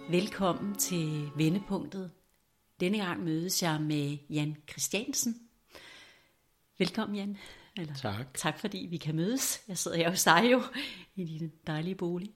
Velkommen til Vendepunktet. Denne gang mødes jeg med Jan Christiansen. Velkommen, Jan. Tak. Tak fordi vi kan mødes. Jeg sidder her hos dig jo i din dejlige bolig.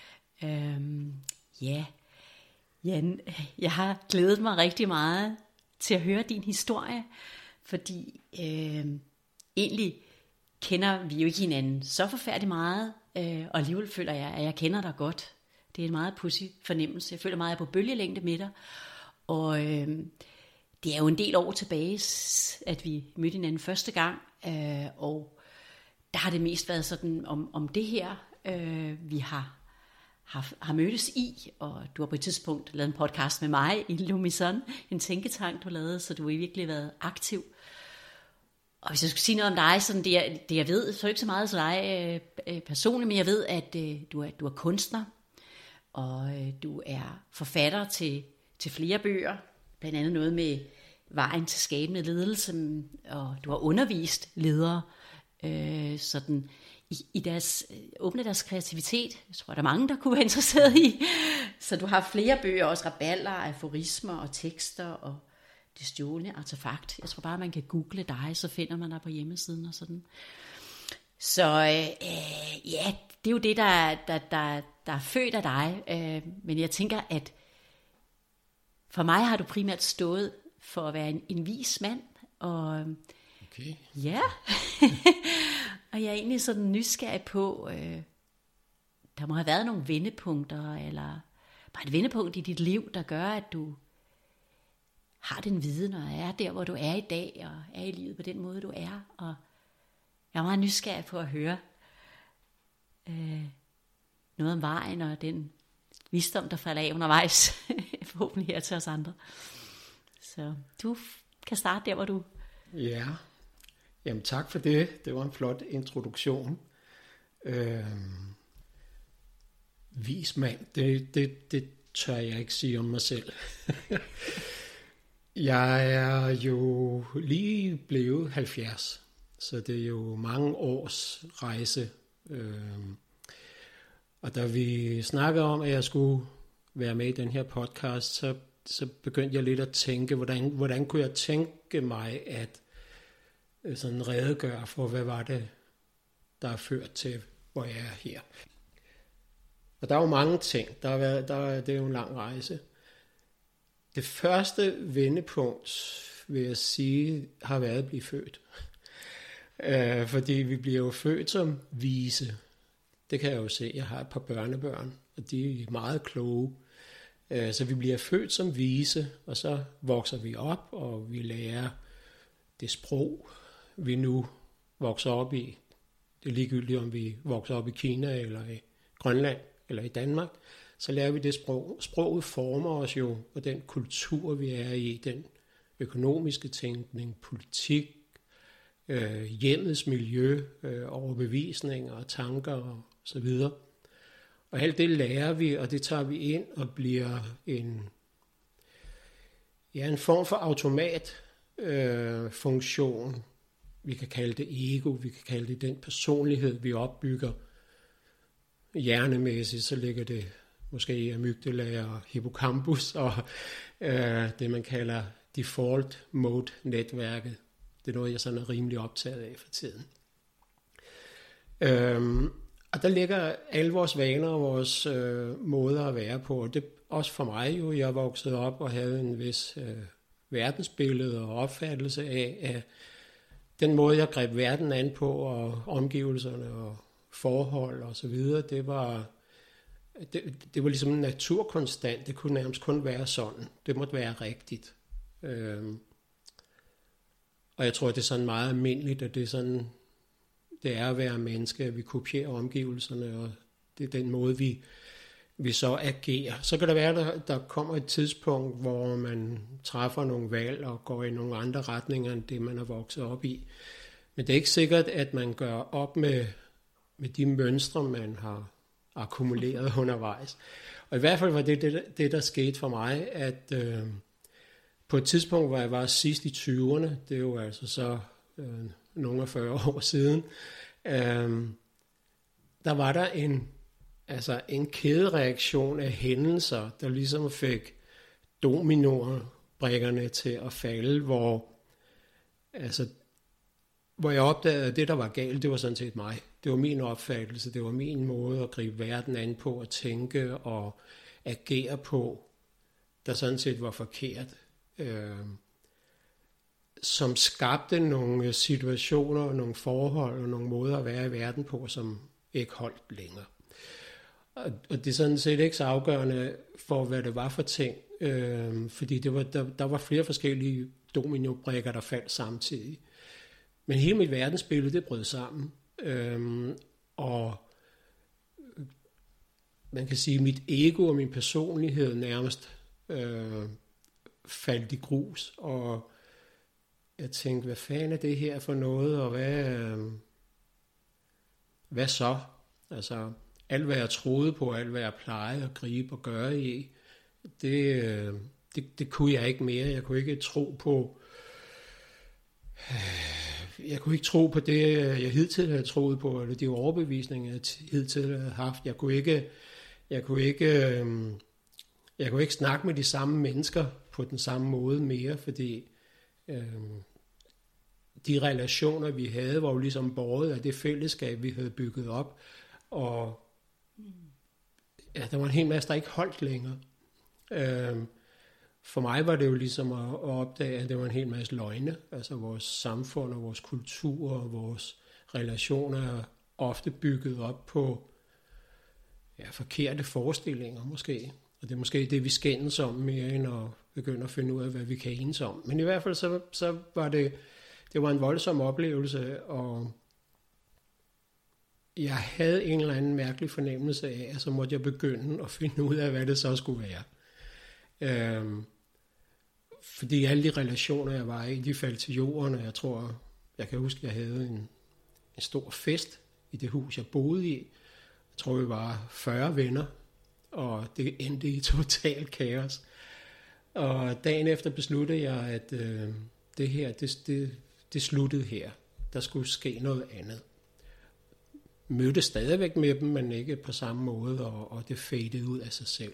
Jan, jeg har glædet mig rigtig meget til at høre din historie, fordi egentlig kender vi jo ikke hinanden så forfærdeligt meget, og alligevel føler jeg, at jeg kender dig godt. Det er en meget pudsig fornemmelse. Jeg føler meget, at jeg er på bølgelængde med dig. Og det er jo en del år tilbage, at vi mødte hinanden første gang. Og der har det mest været sådan om det her, vi har mødtes i. Og du har på et tidspunkt lavet en podcast med mig i Lumison, en tænketank, du lavede, så du har virkelig været aktiv. Og hvis jeg skulle sige noget om dig, sådan det jeg ved, så ikke så meget til dig personligt, men jeg ved, at du er kunstner. Og du er forfatter til flere bøger, blandt andet noget med vejen til skabende ledelse, og du har undervist ledere, sådan i deres, åbne deres kreativitet. Jeg tror, der er mange, der kunne være interesseret i. Så du har flere bøger, også rabalder, aforismer og tekster og det stjålne artefakt. Jeg tror bare, man kan google dig, så finder man dig på hjemmesiden og sådan. Så det er jo det, der er født af dig. Men jeg tænker, at for mig har du primært stået for at være en vis mand. Og, okay. Ja. Og jeg er egentlig sådan nysgerrig på, der må have været nogle vendepunkter, eller bare et vendepunkt i dit liv, der gør, at du har den viden, og er der, hvor du er i dag, og er i livet på den måde, du er. Og jeg er meget nysgerrig på at høre noget om vejen, og den visdom, der falder af undervejs, forhåbentlig her til os andre. Så du kan starte der, hvor du... Ja, jamen tak for det. Det var en flot introduktion. Vis mand, det tør jeg ikke sige om mig selv. Jeg er jo lige blevet 70, så det er jo mange års rejse. Og da vi snakkede om, at jeg skulle være med i den her podcast, så begyndte jeg lidt at tænke, hvordan kunne jeg tænke mig at sådan redegøre for, hvad var det, der er ført til, hvor jeg er her. Og der er jo mange ting. Det er jo en lang rejse. Det første vendepunkt, vil jeg sige, har været at blive født. Fordi vi bliver jo født som vise. Det kan jeg jo se. Jeg har et par børnebørn, og de er meget kloge. Så vi bliver født som vise, og så vokser vi op, og vi lærer det sprog, vi nu vokser op i. Det er ligegyldigt, om vi vokser op i Kina, eller i Grønland, eller i Danmark. Så lærer vi det sprog. Sproget former os jo, og den kultur, vi er i, den økonomiske tænkning, politik, hjemmets miljø, overbevisninger, tanker og så videre. Og alt det lærer vi, og det tager vi ind og bliver en form for automatfunktion. Vi kan kalde det ego, vi kan kalde det den personlighed, vi opbygger hjernemæssigt. Så ligger det måske i amygdala og hippocampus og det, man kalder default mode-netværket. Det er noget, jeg sådan er rimelig optaget af for tiden. Og der ligger alle vores vaner og vores måder at være på. Og det også for mig jo. Jeg voksede op og havde en vis verdensbillede og opfattelse af, at den måde, jeg greb verden an på, og omgivelserne og forhold og så videre, det var ligesom en naturkonstant. Det kunne nærmest kun være sådan. Det måtte være rigtigt. Og jeg tror, det er sådan meget almindeligt, at det er sådan, det er at være menneske, at vi kopierer omgivelserne, og det er den måde, vi så agerer. Så kan det være, at der kommer et tidspunkt, hvor man træffer nogle valg og går i nogle andre retninger, end det, man har vokset op i. Men det er ikke sikkert, at man gør op med de mønstre, man har akkumuleret undervejs. Og i hvert fald var det der skete for mig, at på et tidspunkt, hvor jeg var sidst i 20'erne, det er jo altså så nogle af 40 år siden, der var der altså en kædereaktion af hændelser, der ligesom fik dominobrikkerne til at falde, hvor jeg opdagede, at det, der var galt, det var sådan set mig. Det var min opfattelse, det var min måde at gribe verden an på, at tænke og agere på, der sådan set var forkert. Som skabte nogle situationer, nogle forhold og nogle måder at være i verden på, som ikke holdt længere. Og det er sådan set ikke så afgørende for, hvad det var for ting, fordi der var flere forskellige dominobrikker, der faldt samtidig. Men hele mit verdensbillede, det brød sammen. Og man kan sige, at mit ego og min personlighed nærmest faldt i grus. Og jeg tænkte, hvad fanden er det her for noget, og hvad så? Altså, alt hvad jeg troede på, alt hvad jeg plejede at gribe og gøre i, det kunne jeg ikke mere. Jeg kunne ikke tro på det, jeg hidtil havde troet på, eller de overbevisninger, jeg hidtil havde haft. Jeg kunne ikke snakke med de samme mennesker på den samme måde mere, fordi de relationer, vi havde, var jo ligesom båret af det fællesskab, vi havde bygget op, og ja, der var en hel masse, der ikke holdt længere. For mig var det jo ligesom at opdage, at det var en hel masse løgne. Altså vores samfund og vores kultur og vores relationer er ofte bygget op på forkerte forestillinger måske. Og det er måske det, vi skændes om mere end at begynde at finde ud af, hvad vi kan enes om. Men i hvert fald så var det var en voldsom oplevelse, og jeg havde en eller anden mærkelig fornemmelse af, at så måtte jeg begynde at finde ud af, hvad det så skulle være. Fordi alle de relationer, jeg var i, de faldt til jorden, og jeg kan huske, at jeg havde en stor fest i det hus, jeg boede i. Jeg tror, vi var 40 venner, og det endte i total kaos. Og dagen efter besluttede jeg, at det her, det sluttede her. Der skulle ske noget andet. Mødte stadigvæk med dem, men ikke på samme måde, og det fadede ud af sig selv.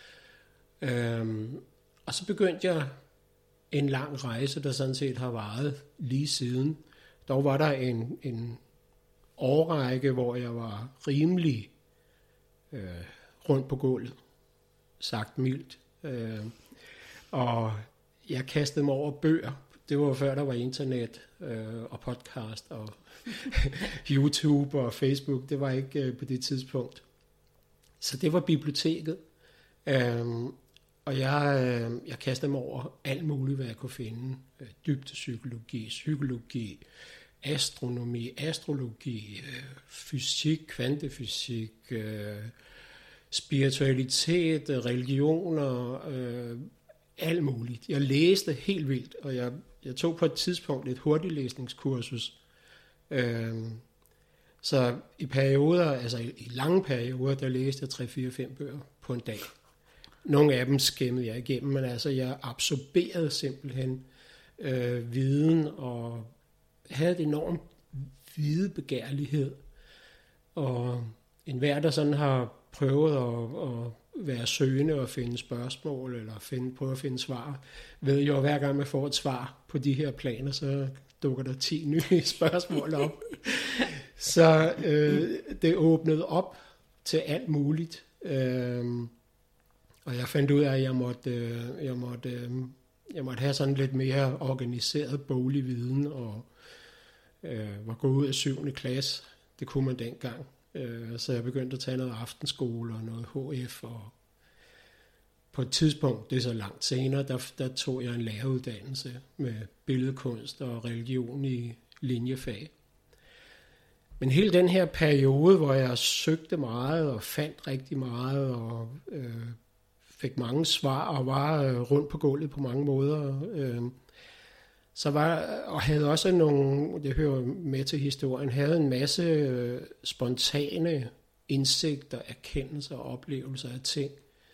Og så begyndte jeg en lang rejse, der sådan set har varet lige siden. Dog var der en årrække, hvor jeg var rimelig rundt på gulvet, sagt mildt. Og jeg kastede mig over bøger. Det var før der var internet og podcast og YouTube og Facebook. Det var ikke på det tidspunkt. Så det var biblioteket. Og jeg kastede mig over alt muligt, hvad jeg kunne finde. Dybdepsykologi, psykologi, astronomi, astrologi, fysik, kvantefysik, spiritualitet, religioner, alt muligt. Jeg læste helt vildt, og jeg tog på et tidspunkt et hurtiglæsningskursus. Så i perioder, altså i lange perioder, der læste jeg 3-4-5 bøger på en dag. Nogle af dem skæmmede jeg igennem, men altså jeg absorberede simpelthen viden og havde et enormt videbegærlighed. Og enhver, der sådan har prøvet at være søgende og finde spørgsmål, eller prøve at finde svar, ved jo, hver gang man får et svar på de her planer, så dukker der 10 nye spørgsmål op. Så det åbnede op til alt muligt. Og jeg fandt ud af, at jeg måtte have sådan lidt mere organiseret boglig viden, og var gået ud af 7. klasse. Det kunne man dengang. Så jeg begyndte at tage noget aftenskole og noget HF, og på et tidspunkt, det er så langt senere, der tog jeg en læreruddannelse med billedkunst og religion i linjefag. Men hele den her periode, hvor jeg søgte meget og fandt rigtig meget og fik mange svar og var rundt på gulvet på mange måder, og havde også nogle, det hører med til historien, havde en masse spontane indsigter, erkendelser og oplevelser af ting,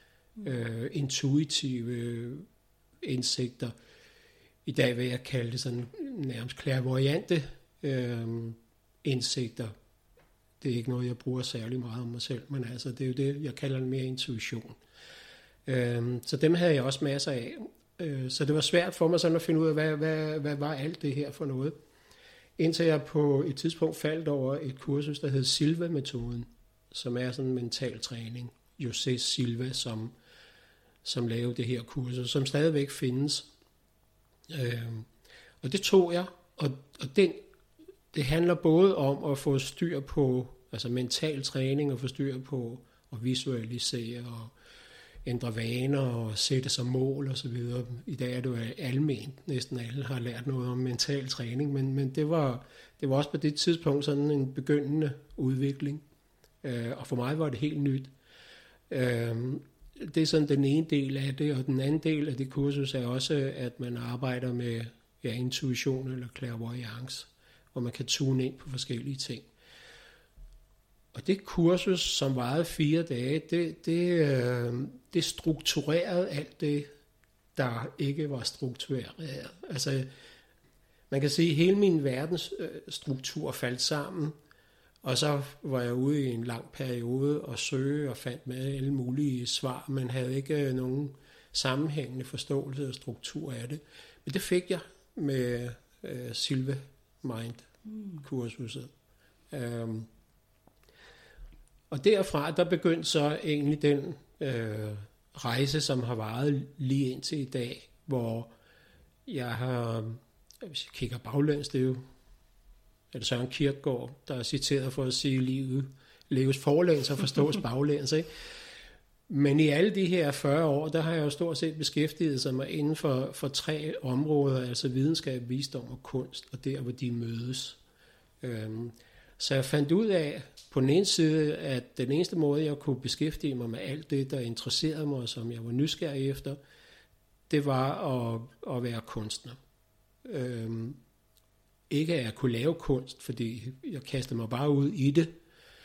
intuitive indsigter. I dag vil jeg kalde det sådan nærmest clairvoyante indsigter. Det er ikke noget, jeg bruger særlig meget om mig selv, men altså, det er jo det, jeg kalder det mere intuition. Så dem havde jeg også masser af. Så det var svært for mig sådan at finde ud af, hvad var alt det her for noget. Indtil jeg på et tidspunkt faldt over et kursus, der hed Silva-metoden, som er sådan en mental træning. José Silva, som lavede det her kursus, som stadigvæk findes. Og det tog jeg, og det handler både om at få styr på altså mental træning, og få styr på at visualisere og ændre vaner og sætte sig mål og så videre. I dag er det jo alment, næsten alle har lært noget om mental træning, men det var også på det tidspunkt sådan en begyndende udvikling. Og for mig var det helt nyt. Det er sådan den ene del af det, og den anden del af det kursus er også, at man arbejder med intuition eller clairvoyance, hvor man kan tune ind på forskellige ting. Og det kursus, som varede 4 dage, det strukturerede alt det, der ikke var struktureret. Altså, man kan sige, at hele min verdensstruktur faldt sammen, og så var jeg ude i en lang periode og søge og fandt med alle mulige svar, men havde ikke nogen sammenhængende forståelse og struktur af det. Men det fik jeg med Silva Mind-kursuset. Og derfra, der begyndte så egentlig den rejse, som har varet lige indtil i dag, hvor jeg har, hvis jeg kigger baglæns, det er det Søren Kierkegaard, der er citeret for at sige, livet leves forlæns og forstås baglæns, ikke? Men i alle de her 40 år, der har jeg jo stort set beskæftiget sig inden for 3 områder, altså videnskab, visdom og kunst, og der, hvor de mødes. Så jeg fandt ud af, på den ene side, at den eneste måde, jeg kunne beskæftige mig med alt det, der interesserede mig, og som jeg var nysgerrig efter, det var at være kunstner. Ikke at jeg kunne lave kunst, fordi jeg kastede mig bare ud i det.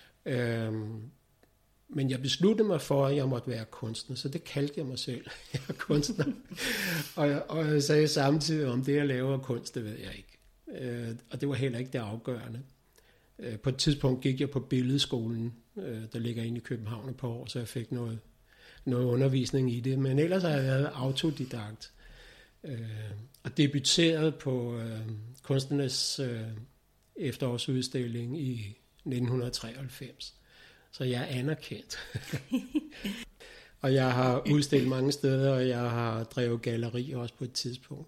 Men jeg besluttede mig for, at jeg måtte være kunstner, så det kaldte jeg mig selv. Jeg er kunstner. og jeg sagde samtidig, om det, jeg laver kunst, det ved jeg ikke. Og det var heller ikke det afgørende. På et tidspunkt gik jeg på billedskolen, der ligger inde i København et par år, så jeg fik noget undervisning i det. Men ellers har jeg været autodidakt. Og debuteret på Kunstnernes efterårsudstilling i 1993. Så jeg er anerkendt. Og jeg har udstillet mange steder, og jeg har drevet galleri også på et tidspunkt.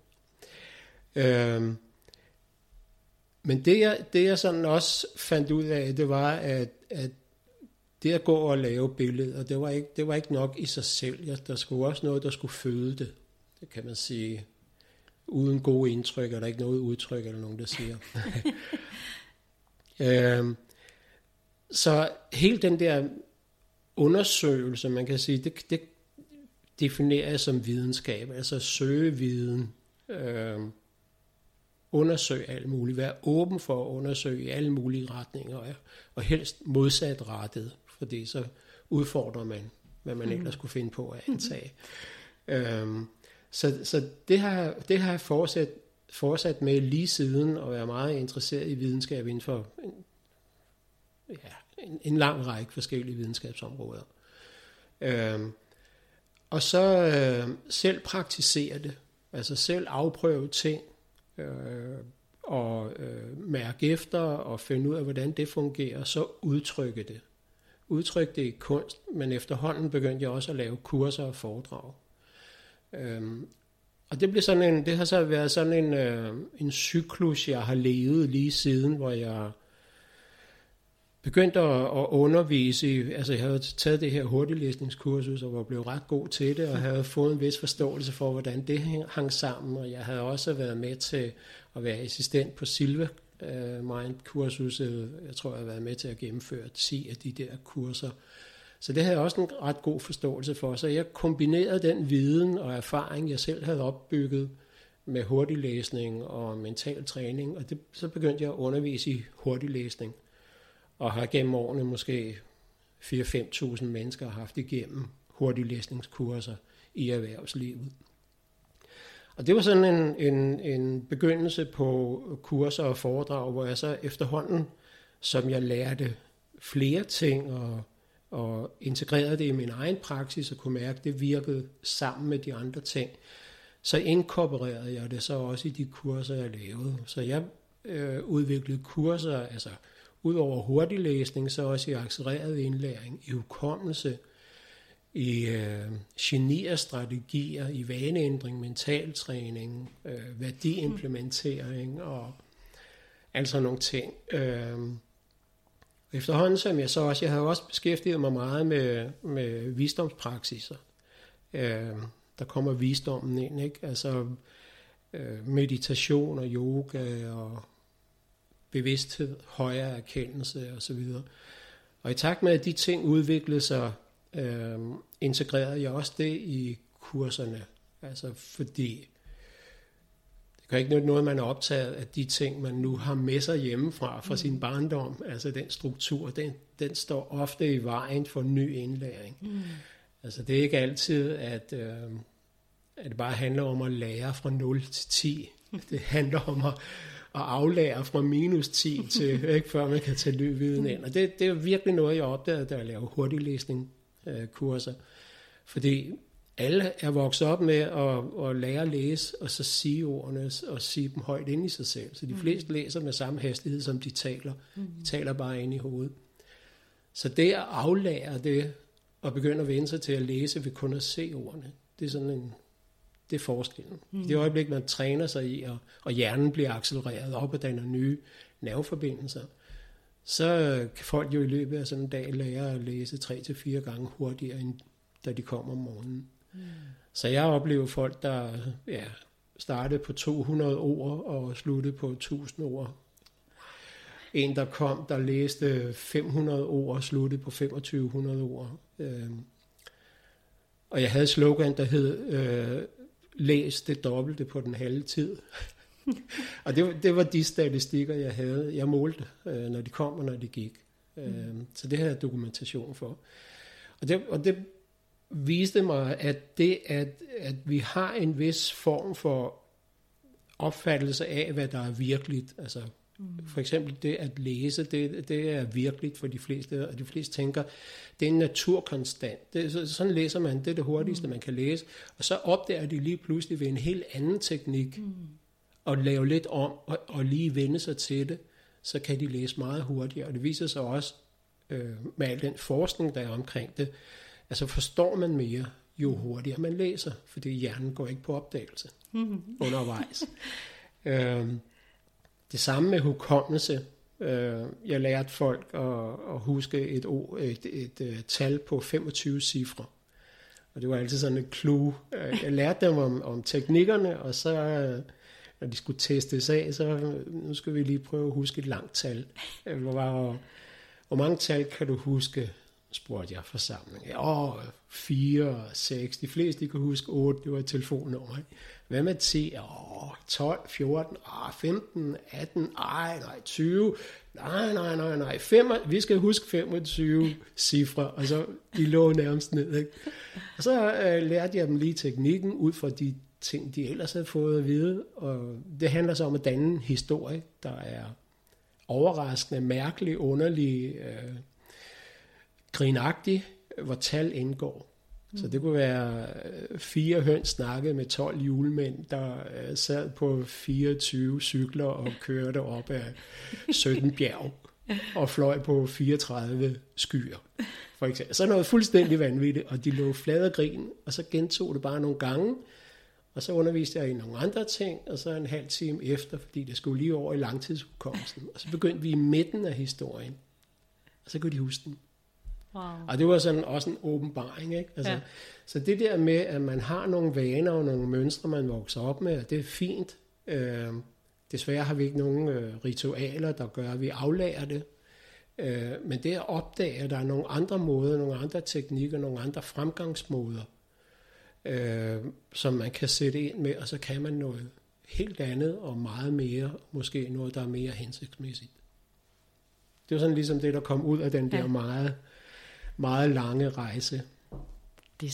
Men det jeg sådan også fandt ud af, det var, at det at gå og lave billeder, det var ikke nok i sig selv. Der skulle også noget, der skulle føde det. Det kan man sige. Uden gode indtryk, er der ikke noget udtryk, eller nogen, der siger. Så hele den der undersøgelse, man kan sige, det definerer jeg som videnskab. Altså søge viden, undersøge alt muligt, være åben for at undersøge i alle mulige retninger, og helst modsatrettet, fordi så udfordrer man, hvad man ellers kunne finde på at antage. Så det har jeg fortsat med lige siden, og være meget interesseret i videnskab inden for en lang række forskellige videnskabsområder. Og så selv praktisere det, altså selv afprøve ting, og mærke efter og finde ud af, hvordan det fungerer, så udtrykke det. Udtrykke det i kunst, men efterhånden begyndte jeg også at lave kurser og foredrag. Og det har så været sådan en cyklus, jeg har levet lige siden, hvor jeg begyndte at undervise i, altså jeg havde taget det her hurtiglæsningskursus, og var blevet ret god til det, og havde fået en vis forståelse for, hvordan det hang sammen, og jeg havde også været med til at være assistent på Silva Mind-kursuset. Jeg tror, jeg har været med til at gennemføre 10 af de der kurser. Så det havde jeg også en ret god forståelse for. Så jeg kombinerede den viden og erfaring, jeg selv havde opbygget med hurtiglæsning og mental træning, og så begyndte jeg at undervise i hurtiglæsning, og har gennem årene måske 4-5.000 mennesker haft igennem hurtiglæsningskurser i erhvervslivet. Og det var sådan en begyndelse på kurser og foredrag, hvor jeg så efterhånden, som jeg lærte flere ting og integrerede det i min egen praksis og kunne mærke, at det virkede sammen med de andre ting, så inkorporerede jeg det så også i de kurser, jeg lavede. Så jeg udviklede kurser, altså ud over hurtig læsning, så også i accelereret indlæring, i hukommelse, i genierstrategier, i vaneændring, mentaltræning, værdiimplementering og altså nogle ting. Efterhånden som jeg havde også beskæftiget mig meget med visdomspraksiser. Der kommer visdommen ind, ikke? Altså meditation og yoga og bevidsthed, højere erkendelse osv. Og i takt med, at de ting udviklede sig, integrerede jeg også det i kurserne. Altså fordi det kan ikke nytte noget, man er optaget af de ting, man nu har med sig hjemmefra fra sin barndom. Altså den struktur, den står ofte i vejen for ny indlæring. Altså det er ikke altid, at det bare handler om at lære fra 0 til 10. Det handler om at aflære fra minus 10 til, ikke, før man kan tage ny viden ind. Og det er virkelig noget, jeg opdagede, da jeg lavede hurtiglæsning kurser. Fordi alle er vokset op med at lære at læse, og så sige ordene, og sige dem højt ind i sig selv. Så de fleste læser med samme hastighed, som de taler. De taler bare ind i hovedet. Så det at aflære det, og begynde at vende sig til at læse ved kun at se ordene, det er sådan det er forskellen. I det øjeblik, man træner sig i, og hjernen bliver accelereret op, og danner nye nerveforbindelser, så kan folk jo i løbet af sådan en dag lære at læse 3-4 gange hurtigere, end da de kommer om morgenen. Så jeg oplever folk, der startede på 200 ord og sluttede på 1000 ord. En, der kom, der læste 500 ord og sluttede på 2500 ord. Og jeg havde et slogan, der hed læs det dobbelte på den halve tid. Og det var de statistikker, jeg havde. Jeg målte, når de kom og når de gik. Så det havde jeg dokumentation for. Og det viste mig, at det, at vi har en vis form for opfattelse af, hvad der er virkeligt. Altså for eksempel det at læse, det er virkeligt for de fleste, og de fleste tænker, det er en naturkonstant. Sådan læser man, det er det hurtigste, man kan læse. Og så opdager de lige pludselig ved en helt anden teknik, og lave lidt om, og lige vende sig til det, så kan de læse meget hurtigere. Og det viser sig også, med al den forskning, der er omkring det, altså forstår man mere, jo hurtigere man læser, fordi hjernen går ikke på opdagelse undervejs. Det samme med hukommelse. Jeg lærte folk at huske et tal på 25 cifre. Og det var altid sådan et clue. Jeg lærte dem om teknikkerne, og så når de skulle testes af, så nu skal vi lige prøve at huske et langt tal. Hvor mange tal kan du huske, spurgte jeg forsamlingen. 4, 6, de fleste de kan huske 8, det var et telefonnummer. Hvad med 10? 12, 14, 15, 18, nej, 20, nej, 5, vi skal huske 25 cifre, og så de lå nærmest ned. Ikke? Og så lærte jeg dem lige teknikken ud fra de ting, de ellers havde fået at vide, og det handler så om at danne en historie, der er overraskende, mærkelig, underlig, grinagtig, hvor tal indgår. Så det kunne være 4 høns snakkede med 12 julemænd, der sad på 24 cykler og kørte op af 17 bjerg og fløj på 34 skyer. For eksempel. Så noget fuldstændig vanvittigt, og de lå flade og grin, og så gentog det bare nogle gange, og så underviste jeg i nogle andre ting, og så en halv time efter, fordi det skulle lige over i langtidshukommelsen. Og så begyndte vi i midten af historien, og så kunne de huske den. Wow. Og det var sådan også en åbenbaring, ikke? Altså, så det der med, at man har nogle vaner og nogle mønstre, man vokser op med, det er fint. Desværre har vi ikke nogen ritualer, der gør, at vi aflærer det. Men det at opdage, at der er nogle andre måder, nogle andre teknikker, nogle andre fremgangsmåder, som man kan sætte ind med, og så kan man noget helt andet og meget mere, måske noget, der er mere hensigtsmæssigt. Det var sådan ligesom det, der kom ud af den der meget, meget lange rejse. Det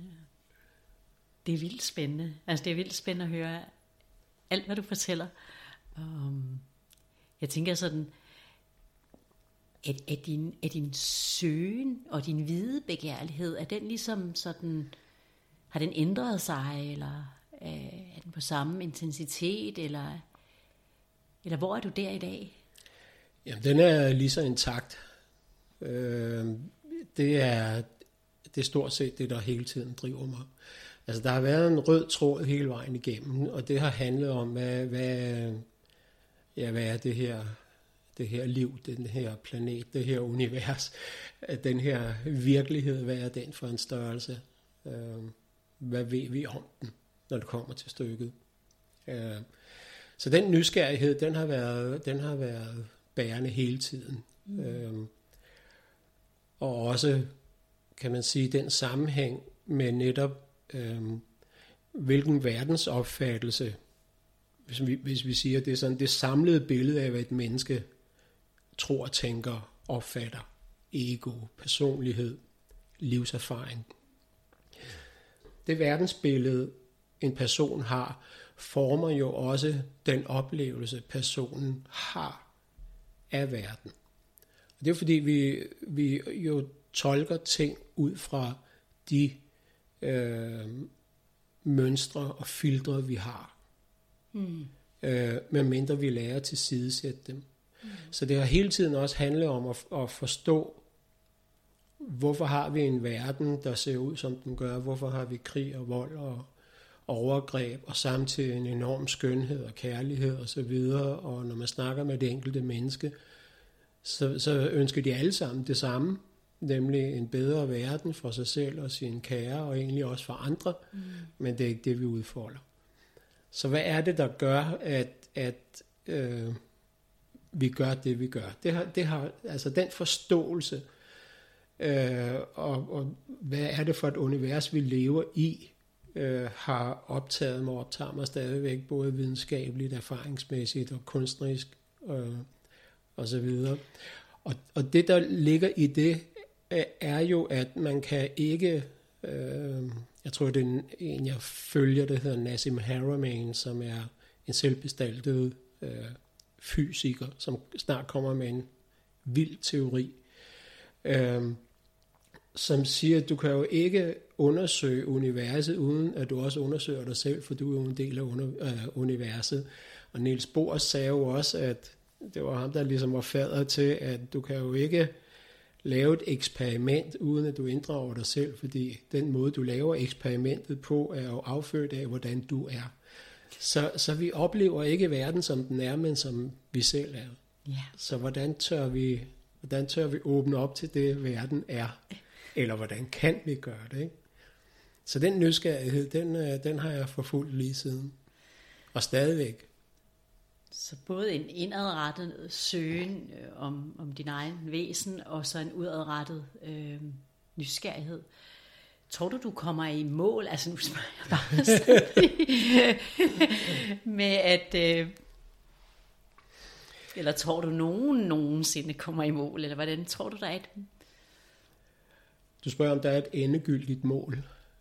er vildt spændende. Altså det er vildt spændende at høre alt, hvad du fortæller. Jeg tænker sådan, er din søgen og din videbegærlighed, er den ligesom sådan, har den ændret sig, eller er den på samme intensitet, eller hvor er du der i dag? Jamen, den er lige så intakt. Det er stort set det, der hele tiden driver mig. Altså, der har været en rød tråd hele vejen igennem, og det har handlet om, hvad er det her liv, den her planet, det her univers, den her virkelighed, hvad er den for en størrelse? Hvad ved vi om den, når det kommer til stykket? Så den nysgerrighed, den har været bærende hele tiden. Og også, kan man sige, den sammenhæng med netop, hvilken verdensopfattelse, hvis vi siger, det er sådan det samlede billede af, hvad et menneske tror, tænker, opfatter, ego, personlighed, livserfaring. Det verdensbillede, en person har, former jo også den oplevelse, personen har af verden. Og det er fordi, vi jo tolker ting ud fra de mønstre og filtre, vi har. Medmindre vi lærer at tilsidesætte dem. Så det har hele tiden også handlet om at forstå, hvorfor har vi en verden, der ser ud, som den gør? Hvorfor har vi krig og vold og overgreb, og samtidig en enorm skønhed og kærlighed og så videre? Og når man snakker med det enkelte menneske, så ønsker de alle sammen det samme, nemlig en bedre verden for sig selv og sine kære, og egentlig også for andre, men det er ikke det, vi udfolder. Så hvad er det, der gør, at vi gør det, vi gør? Det har altså den forståelse, og hvad er det for et univers, vi lever i, har optaget mig og optager mig stadigvæk, både videnskabeligt, erfaringsmæssigt og kunstnerisk og så videre. Og det, der ligger i det, er jo, at man kan ikke, jeg tror, det er en, jeg følger, det hedder Nassim Haramein, som er en selvbestaltet fysiker, som snart kommer med en vild teori, som siger, at du kan jo ikke undersøge universet, uden at du også undersøger dig selv, for du er jo en del af universet. Og Niels Bohr sagde jo også, at det var ham, der ligesom var fader til, at du kan jo ikke lave et eksperiment, uden at du inddrager dig selv, fordi den måde, du laver eksperimentet på, er jo affødt af, hvordan du er. Så vi oplever ikke verden, som den er, men som vi selv er. Yeah. Så hvordan tør vi åbne op til det, verden er? Eller hvordan kan vi gøre det? Ikke? Så den nysgerrighed, den har jeg forfulgt lige siden. Og stadigvæk. Så både en indadrettet søgen om din egen væsen, og så en udadrettet nysgerrighed. Tror du kommer i mål? Altså nu spørger jeg bare med at... eller tror du nogensinde kommer i mål? Eller hvordan tror du, der er et... Du spørger, om der er et endegyldigt mål.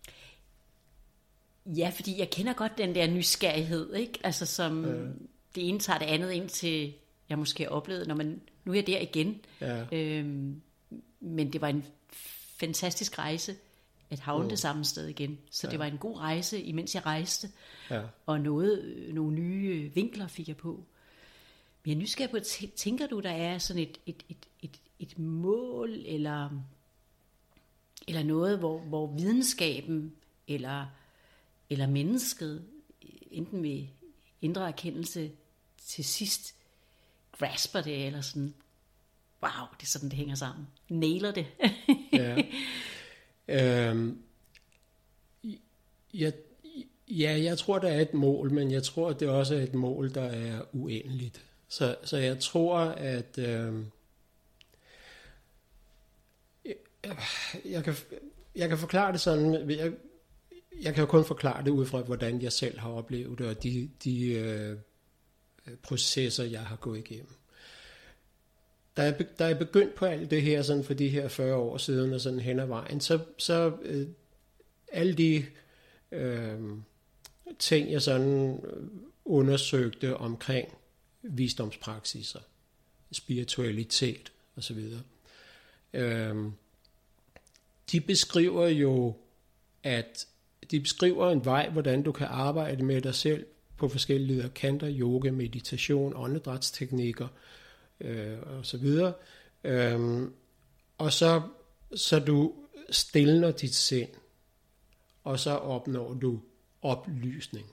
Ja, fordi jeg kender godt den der nysgerrighed, ikke? Altså som det ene tager det andet ind til, jeg måske har oplevet, når man, nu er jeg der igen. Ja. Men det var en fantastisk rejse, at havne det samme sted igen. Så det var en god rejse, imens jeg rejste. Ja. Og nogle nye vinkler fik jeg på. Men jeg er nysgerrig på, tænker du, der er sådan et mål, eller noget, hvor videnskaben, eller mennesket, enten ved indre erkendelse, til sidst grasper det, eller sådan, wow, det er sådan, det hænger sammen. Nailer det. Jeg tror, der er et mål, men jeg tror, det også er et mål, der er uendeligt. Så jeg tror, at jeg kan forklare det sådan, jeg kan jo kun forklare det ud fra, hvordan jeg selv har oplevet det, og de processer, jeg har gået igennem. Da jeg begyndte på alt det her, sådan for de her 40 år siden, og sådan hen ad vejen, så alle de ting, jeg sådan undersøgte omkring visdomspraksiser, spiritualitet, og så videre. De beskriver jo, at de beskriver en vej, hvordan du kan arbejde med dig selv på forskellige leder, kanter, yoga, meditation, åndedrætsteknikker og så videre. Og så du stilner dit sind, og så opnår du oplysning.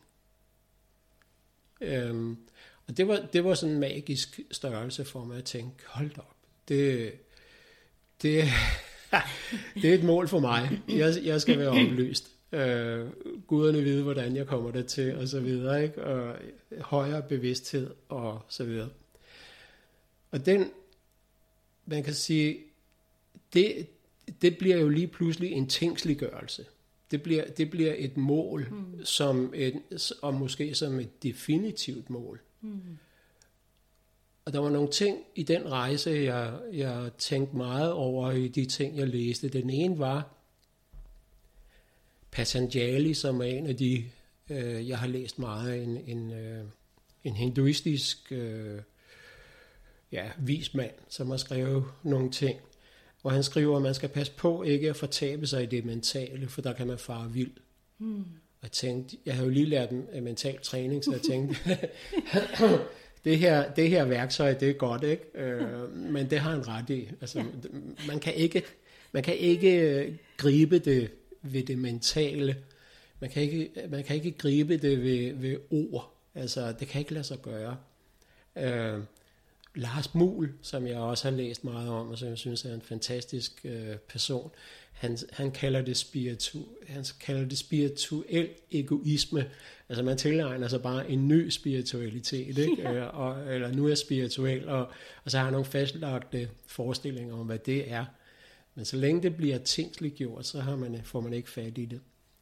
Og det var sådan en magisk størrelse for mig at tænke, hold op, det er et mål for mig. Jeg skal være oplyst. Guderne vide, hvordan jeg kommer der til, og så videre, ikke? Og højere bevidsthed, og så videre. Og den, man kan sige, det bliver jo lige pludselig en tingsliggørelse. Det bliver et mål, og måske som et definitivt mål. Og der var nogle ting i den rejse, jeg tænkte meget over i de ting, jeg læste. Den ene var Patanjali, som er en af de, jeg har læst meget, en hinduistisk vismand, som har skrevet nogle ting, hvor han skriver, at man skal passe på ikke at fortabe sig i det mentale, for der kan man fare vild. Og jeg tænkte, jeg har jo lige lært en mental træning, så jeg tænkte, det her værktøj, det er godt, ikke? Men det har han ret i. Altså, man kan ikke gribe det ved det mentale. Man kan ikke gribe det ved ord. Altså, det kan ikke lade sig gøre. Lars Muhl, som jeg også har læst meget om, og som jeg synes er en fantastisk person, han kalder det spirituel egoisme. Altså man tilegner sig bare en ny spiritualitet, ikke? Eller nu er spirituel, og så har han nogle fastlagte forestillinger om, hvad det er. Men så længe det bliver tingsliggjort, så får man ikke fat i det.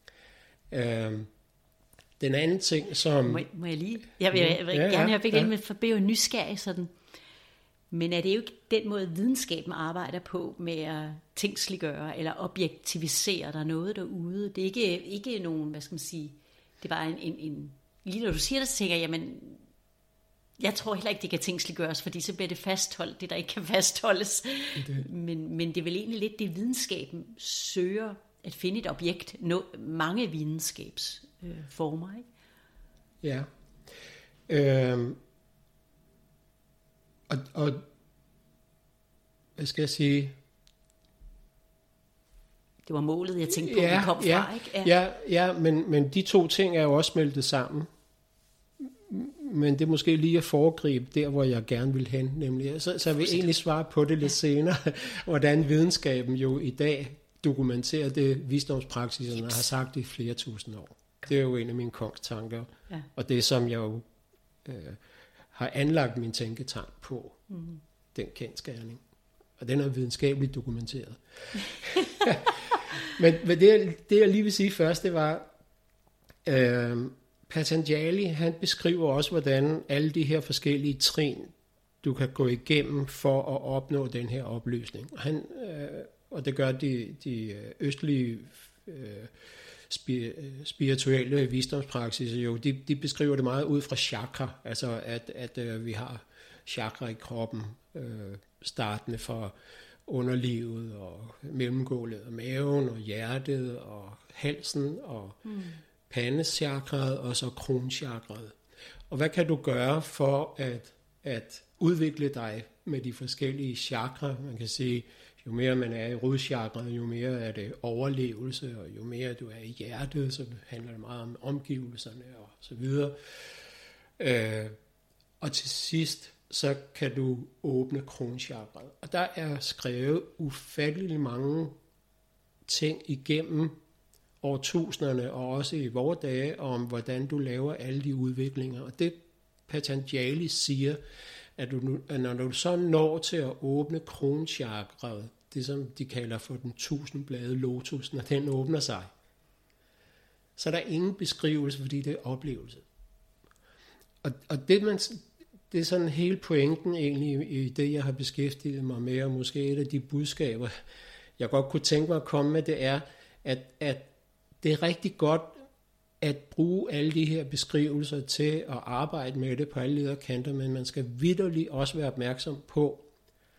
Den anden ting, som... Må jeg lige? Jeg vil gerne have begge med forbi og nysgerrig sådan. Men er det jo ikke den måde, videnskaben arbejder på med at tingsliggøre eller objektivisere, der er noget derude? Det er ikke nogen, hvad skal man sige, det er bare en lige når du siger det, så tænker jeg, jamen, jeg tror heller ikke, det kan tingsliggøres, fordi så bliver det fastholdt, det der ikke kan fastholdes. Men det er vel egentlig lidt det, videnskaben søger at finde et objekt, mange videnskabsformer, ikke? Ja. Og hvad skal jeg sige? Det var målet, jeg tænkte på, vi kom fra, ikke? Ja, men de to ting er jo også smeltet sammen. Men det er måske lige at foregribe der, hvor jeg gerne vil hen, nemlig. Så jeg vil egentlig svare på det lidt senere, hvordan videnskaben jo i dag dokumenterer det, visdomspraksiserne har sagt i flere tusind år. Det er jo en af mine kongstanker, og det som jeg jo har anlagt min tænketank på, den kendsgerning. Og den er videnskabeligt dokumenteret. Men det jeg lige vil sige først, det var, Patanjali, han beskriver også, hvordan alle de her forskellige trin, du kan gå igennem for at opnå den her opløsning. Og det gør de østlige spirituelle visdomspraksiser jo, de beskriver det meget ud fra chakra, altså at vi har chakra i kroppen, startende fra underlivet og mellemgulvet og maven og hjertet og halsen og pandechakraet og så kronchakraet. Og hvad kan du gøre for at udvikle dig med de forskellige chakra? Man kan sige, jo mere man er i rodchakraet, jo mere er det overlevelse, og jo mere du er i hjertet, så handler det meget om omgivelserne og så videre. Og til sidst, så kan du åbne kronchakraet. Og der er skrevet ufattelig mange ting igennem årtusinderne, og også i vore dage, om hvordan du laver alle de udviklinger. Og det Patanjali siger, at når du så når til at åbne kronchakraet, det som de kalder for den 1000-bladede lotus, når den åbner sig, så er der ingen beskrivelse, fordi det er oplevelse. Og det er sådan hele pointen egentlig i det, jeg har beskæftiget mig med, og måske et af de budskaber, jeg godt kunne tænke mig at komme med, det er, at det er rigtig godt at bruge alle de her beskrivelser til at arbejde med det på alle leder kanter, men man skal vitterligt også være opmærksom på,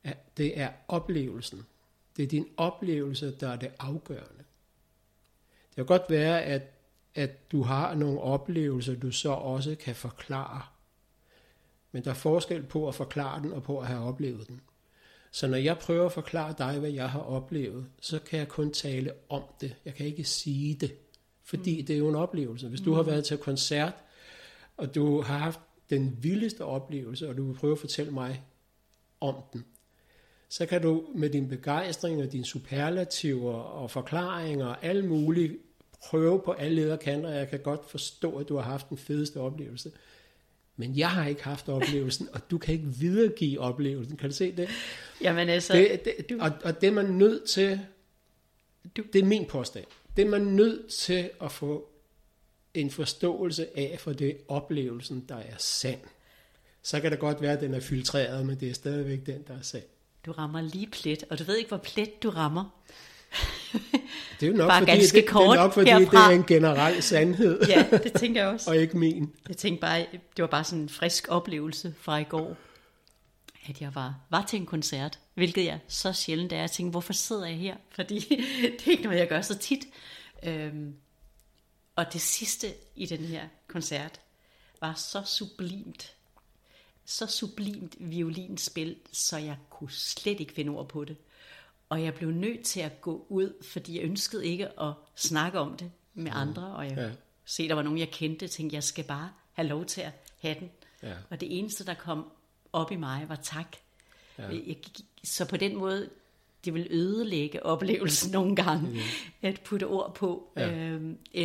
at det er oplevelsen. Det er din oplevelse, der er det afgørende. Det kan godt være, at du har nogle oplevelser, du så også kan forklare. Men der er forskel på at forklare den og på at have oplevet den. Så når jeg prøver at forklare dig, hvad jeg har oplevet, så kan jeg kun tale om det. Jeg kan ikke sige det, fordi det er jo en oplevelse. Hvis du har været til koncert, og du har haft den vildeste oplevelse, og du vil prøve at fortælle mig om den, så kan du med din begejstring og dine superlativer og forklaringer og alle mulige prøve på alle lederkanter, og jeg kan godt forstå, at du har haft den fedeste oplevelse. Men jeg har ikke haft oplevelsen, og du kan ikke videregive oplevelsen. Kan du se det? Jamen altså... Og det er man nødt til... Det er min påstand. Det er man nødt til at få en forståelse af, for det er oplevelsen, der er sand. Så kan det godt være, at den er filtreret, men det er stadigvæk den, der er sand. Du rammer lige plet, og du ved ikke, hvor plet du rammer. Det er jo nok, bare fordi, ganske det er nok, fordi det er en generel sandhed. Ja, det tænker jeg også. Og ikke min. Jeg tænkte bare, det var bare sådan en frisk oplevelse fra i går, at jeg var til en koncert, hvilket jeg så sjældent er. Jeg tænkte, hvorfor sidder jeg her? Fordi det er ikke noget, jeg gør så tit. Og det sidste i den her koncert var så sublimt violinspil, så jeg kunne slet ikke finde ord på det. Og jeg blev nødt til at gå ud, fordi jeg ønskede ikke at snakke om det med andre. Og jeg se, der var nogen, jeg kendte, tænkte, jeg skal bare have lov til at have den. Ja. Og det eneste, der kom op i mig, var tak. Ja. Så på den måde, det vil ødelægge oplevelsen nogle gange, at putte ord på. Ja.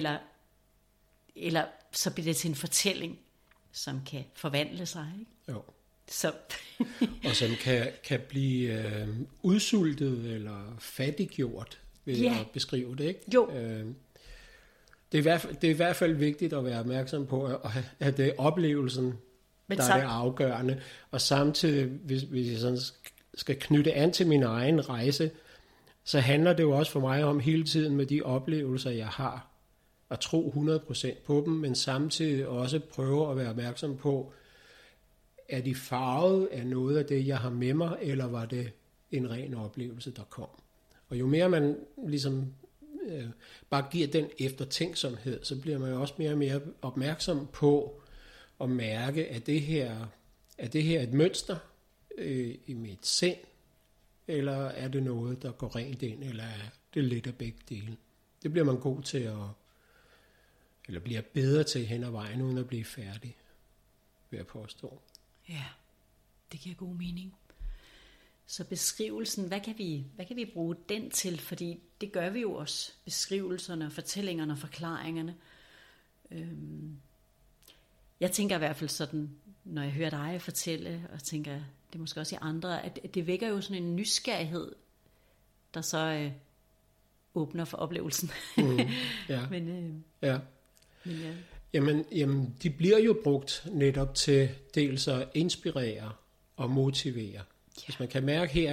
Eller så bliver det til en fortælling, som kan forvandle sig. Ikke? Jo. Så. Og som kan blive udsultet eller fattiggjort ved at beskrive det, ikke? Jo. Det er i hvert fald vigtigt at være opmærksom på, at det er oplevelsen, der er det afgørende. Og samtidig, hvis jeg sådan skal knytte an til min egen rejse, så handler det jo også for mig om hele tiden med de oplevelser, jeg har, at tro 100% på dem, men samtidig også prøve at være opmærksom på, er de farvet af noget af det, jeg har med mig, eller var det en ren oplevelse, der kom? Og jo mere man ligesom bare giver den eftertænksomhed, så bliver man jo også mere og mere opmærksom på at mærke, at det her er et mønster i mit sind, eller er det noget, der går rent ind, eller er det lidt af begge dele? Det bliver man god til eller bliver bedre til hen ad vejen, uden at blive færdig, vil jeg påstå. Ja, det giver god mening. Så beskrivelsen, hvad kan vi bruge den til? Fordi det gør vi jo også. Beskrivelserne, fortællingerne og forklaringerne. Jeg tænker i hvert fald sådan, når jeg hører dig fortælle, og tænker, det er måske også i andre, at det vækker jo sådan en nysgerrighed, der så åbner for oplevelsen. Ja. Men ja. Jamen, de bliver jo brugt netop til dels at inspirere og motivere. Ja. Hvis man kan mærke, her er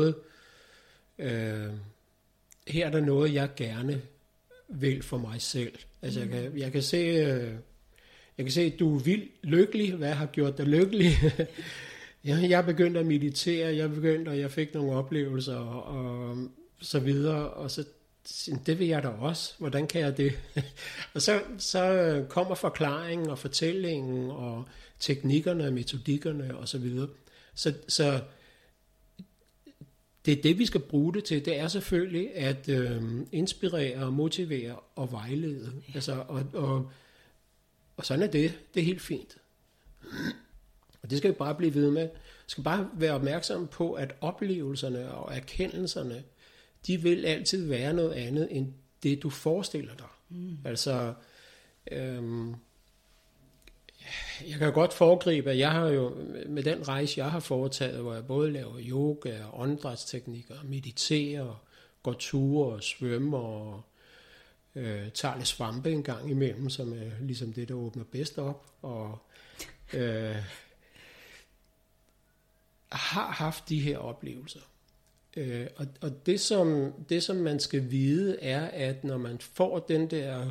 der noget, jeg gerne vil for mig selv. Altså, jeg kan se, at du er vildt lykkelig. Hvad har gjort dig lykkelig? Jeg begyndte at meditere, jeg fik nogle oplevelser og så videre, og så det vil jeg da også. Hvordan kan jeg det? Og så kommer forklaringen og fortællingen og teknikkerne og metodikkerne og så videre. Så det er det, vi skal bruge det til. Det er selvfølgelig at inspirere og motivere og vejlede. Ja. Altså, og sådan er det. Det er helt fint. Og det skal vi bare blive ved med. Vi skal bare være opmærksomme på, at oplevelserne og erkendelserne, de vil altid være noget andet, end det, du forestiller dig. Altså, jeg kan godt foregribe, at jeg har jo, med den rejse, jeg har foretaget, hvor jeg både laver yoga og åndedrætsteknikker, mediterer, går ture og svømmer og tager lidt svampe en gang imellem, som er ligesom det, der åbner bedst op, og har haft de her oplevelser. Og det, som man skal vide, er, at når man får den der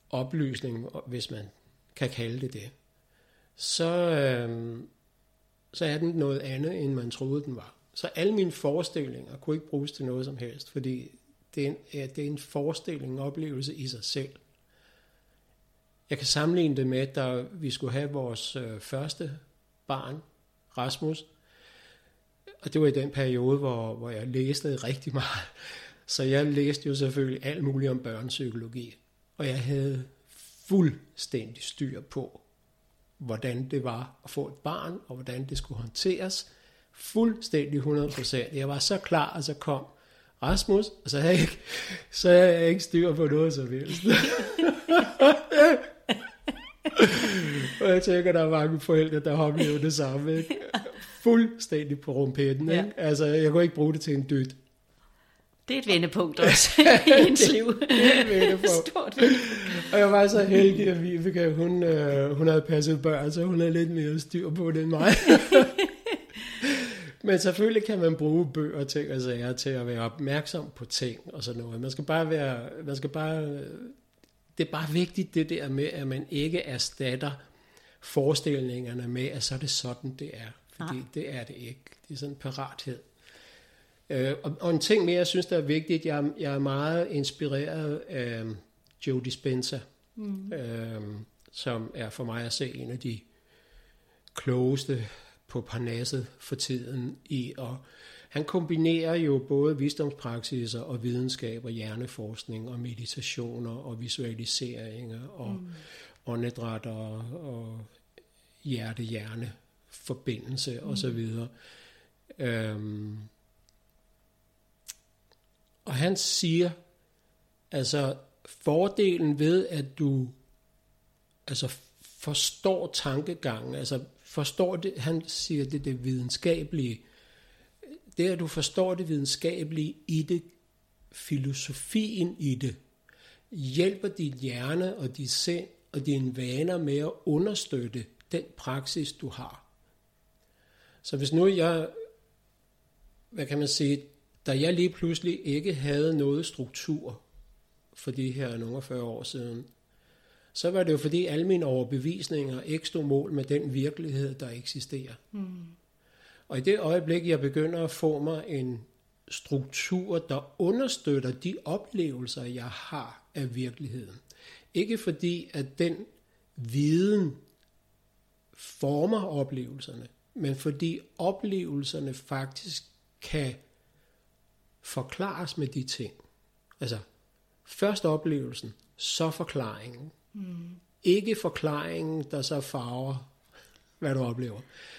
oplysning, hvis man kan kalde det, så så er den noget andet, end man troede, den var. Så alle mine forestillinger kunne ikke bruges til noget som helst, fordi det er en forestilling, en oplevelse i sig selv. Jeg kan sammenligne det med, da vi skulle have vores første barn, Rasmus, og det var i den periode, hvor jeg læste rigtig meget. Så jeg læste jo selvfølgelig alt muligt om børnepsykologi, og jeg havde fuldstændig styr på, hvordan det var at få et barn, og hvordan det skulle håndteres. Fuldstændig 100%. Jeg var så klar, og så kom Rasmus, og så havde jeg ikke styr på noget som helst. Og jeg tænker, der er mange forældre, der har oplevet det samme. Ikke? Fuldstændig på rumpetten. Ikke? Altså, jeg kunne ikke bruge det til en dyt. Det er et vendepunkt også i ens liv. Det er et vendepunkt. Stort vendepunkt. Og jeg var så heldig, at Vibeke, hun havde passet børn, så hun havde lidt mere styr på det end mig. Men selvfølgelig kan man bruge bøger, ting og sager til at være opmærksom på ting og sådan noget. Det er bare vigtigt det der med, at man ikke erstatter forestillingerne med, at så er det sådan, det er. Fordi det er det ikke. Det er sådan en parathed. Og en ting mere, jeg synes, der er vigtigt, jeg er meget inspireret af Joe Dispenza, som er for mig at se en af de klogeste på Parnasset for tiden i, og han kombinerer jo både visdomspraksiser og videnskab og hjerneforskning og meditationer og visualiseringer og åndedræt og hjerte-hjerne forbindelse og så videre. Og han siger, altså fordelen ved, at du altså forstår tankegangen, altså forstår det, han siger det videnskabelige, det at du forstår det videnskabelige i det, filosofien i det, hjælper dit hjerne og dit sind og dine vaner med at understøtte den praksis, du har. Så hvis nu hvad kan man sige, da jeg lige pludselig ikke havde noget struktur for de her nogle 40 år siden, så var det jo fordi alle mine overbevisninger ikke stod mål med den virkelighed, der eksisterer. Og i det øjeblik, jeg begynder at få mig en struktur, der understøtter de oplevelser, jeg har af virkeligheden. Ikke fordi, at den viden former oplevelserne, men fordi oplevelserne faktisk kan forklares med de ting. Altså, først oplevelsen, så forklaringen. Ikke forklaringen, der så farver, hvad du oplever.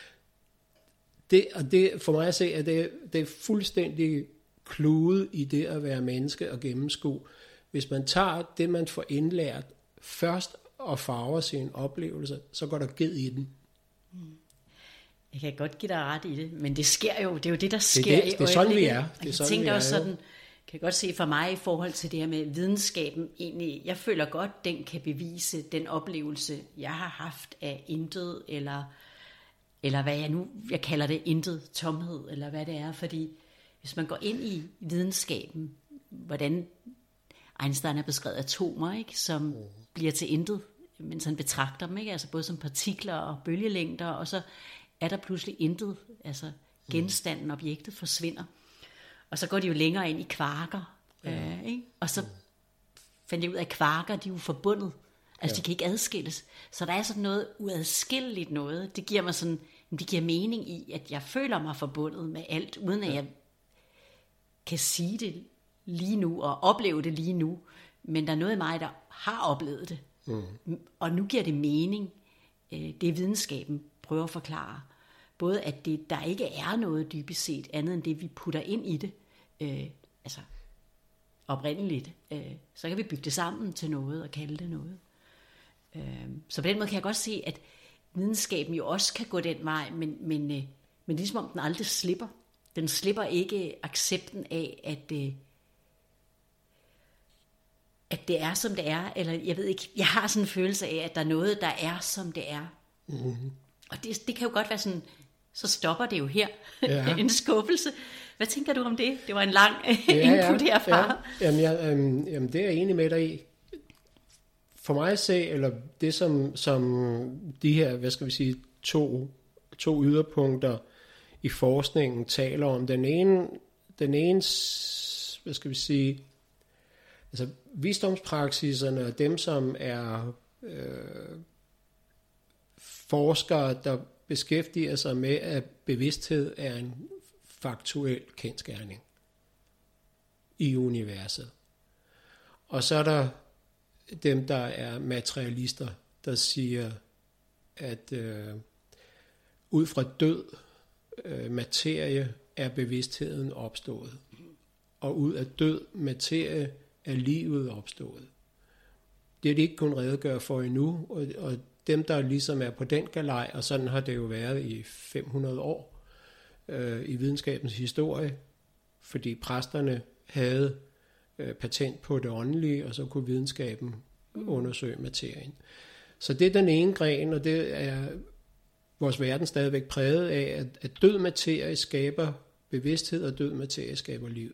Det for mig at se, at det er fuldstændig klude i det at være menneske og gennemskue. Hvis man tager det, man får indlært først og farver sin oplevelse, så går der ged i den. Jeg kan godt give dig ret i det, men det sker jo, det er jo det, der sker det er sådan, vi er. Jeg tænker også sådan, kan godt se for mig i forhold til det her med videnskaben, egentlig, jeg føler godt, den kan bevise den oplevelse, jeg har haft af intet, eller hvad jeg kalder det, intet, tomhed, eller hvad det er, fordi hvis man går ind i videnskaben, hvordan Einstein har beskrevet atomer, ikke, som bliver til intet, mens han betragter dem, ikke, altså både som partikler og bølgelængder, og så er der pludselig intet, altså genstanden, objektet forsvinder. Og så går de jo længere ind i kvarker, ikke? Og så fandt jeg ud af, at kvarker, de er jo forbundet, altså de kan ikke adskilles. Så der er sådan noget uadskilleligt noget, det giver mig sådan, det giver mening i, at jeg føler mig forbundet med alt, uden at jeg kan sige det lige nu, og opleve det lige nu, men der er noget i mig, der har oplevet det. Og nu giver det mening, det videnskaben prøver at forklare. Både at der ikke er noget dybest set andet end det, vi putter ind i det, altså oprindeligt, så kan vi bygge det sammen til noget og kalde det noget. Så på den måde kan jeg godt se, at videnskaben jo også kan gå den vej, men ligesom om den aldrig slipper. Den slipper ikke accepten af, at det er, som det er, eller jeg ved ikke, jeg har sådan en følelse af, at der er noget, der er, som det er. Og det kan jo godt være sådan, så stopper det jo her, en skuffelse. Hvad tænker du om det? Det var en lang input herfra. Ja. Jamen, det er jeg enig med dig i. For mig at se, eller det som de her, hvad skal vi sige, to to yderpunkter i forskningen taler om. Den ene, hvad skal vi sige, altså visdomspraksiserne og dem, som er forskere, der beskæftiger sig med, at bevidsthed er en faktuel kendsgerning i universet. Og så er der dem, der er materialister, der siger, at ud fra død materie er bevidstheden opstået. Og ud af død materie er livet opstået. Det er de ikke kun redegøre for endnu, og dem, der ligesom er på den galej, og sådan har det jo været i 500 år i videnskabens historie, fordi præsterne havde patent på det åndelige, og så kunne videnskaben undersøge materien. Så det er den ene gren, og det er vores verden stadigvæk præget af, at død materie skaber bevidsthed, og død materie skaber liv.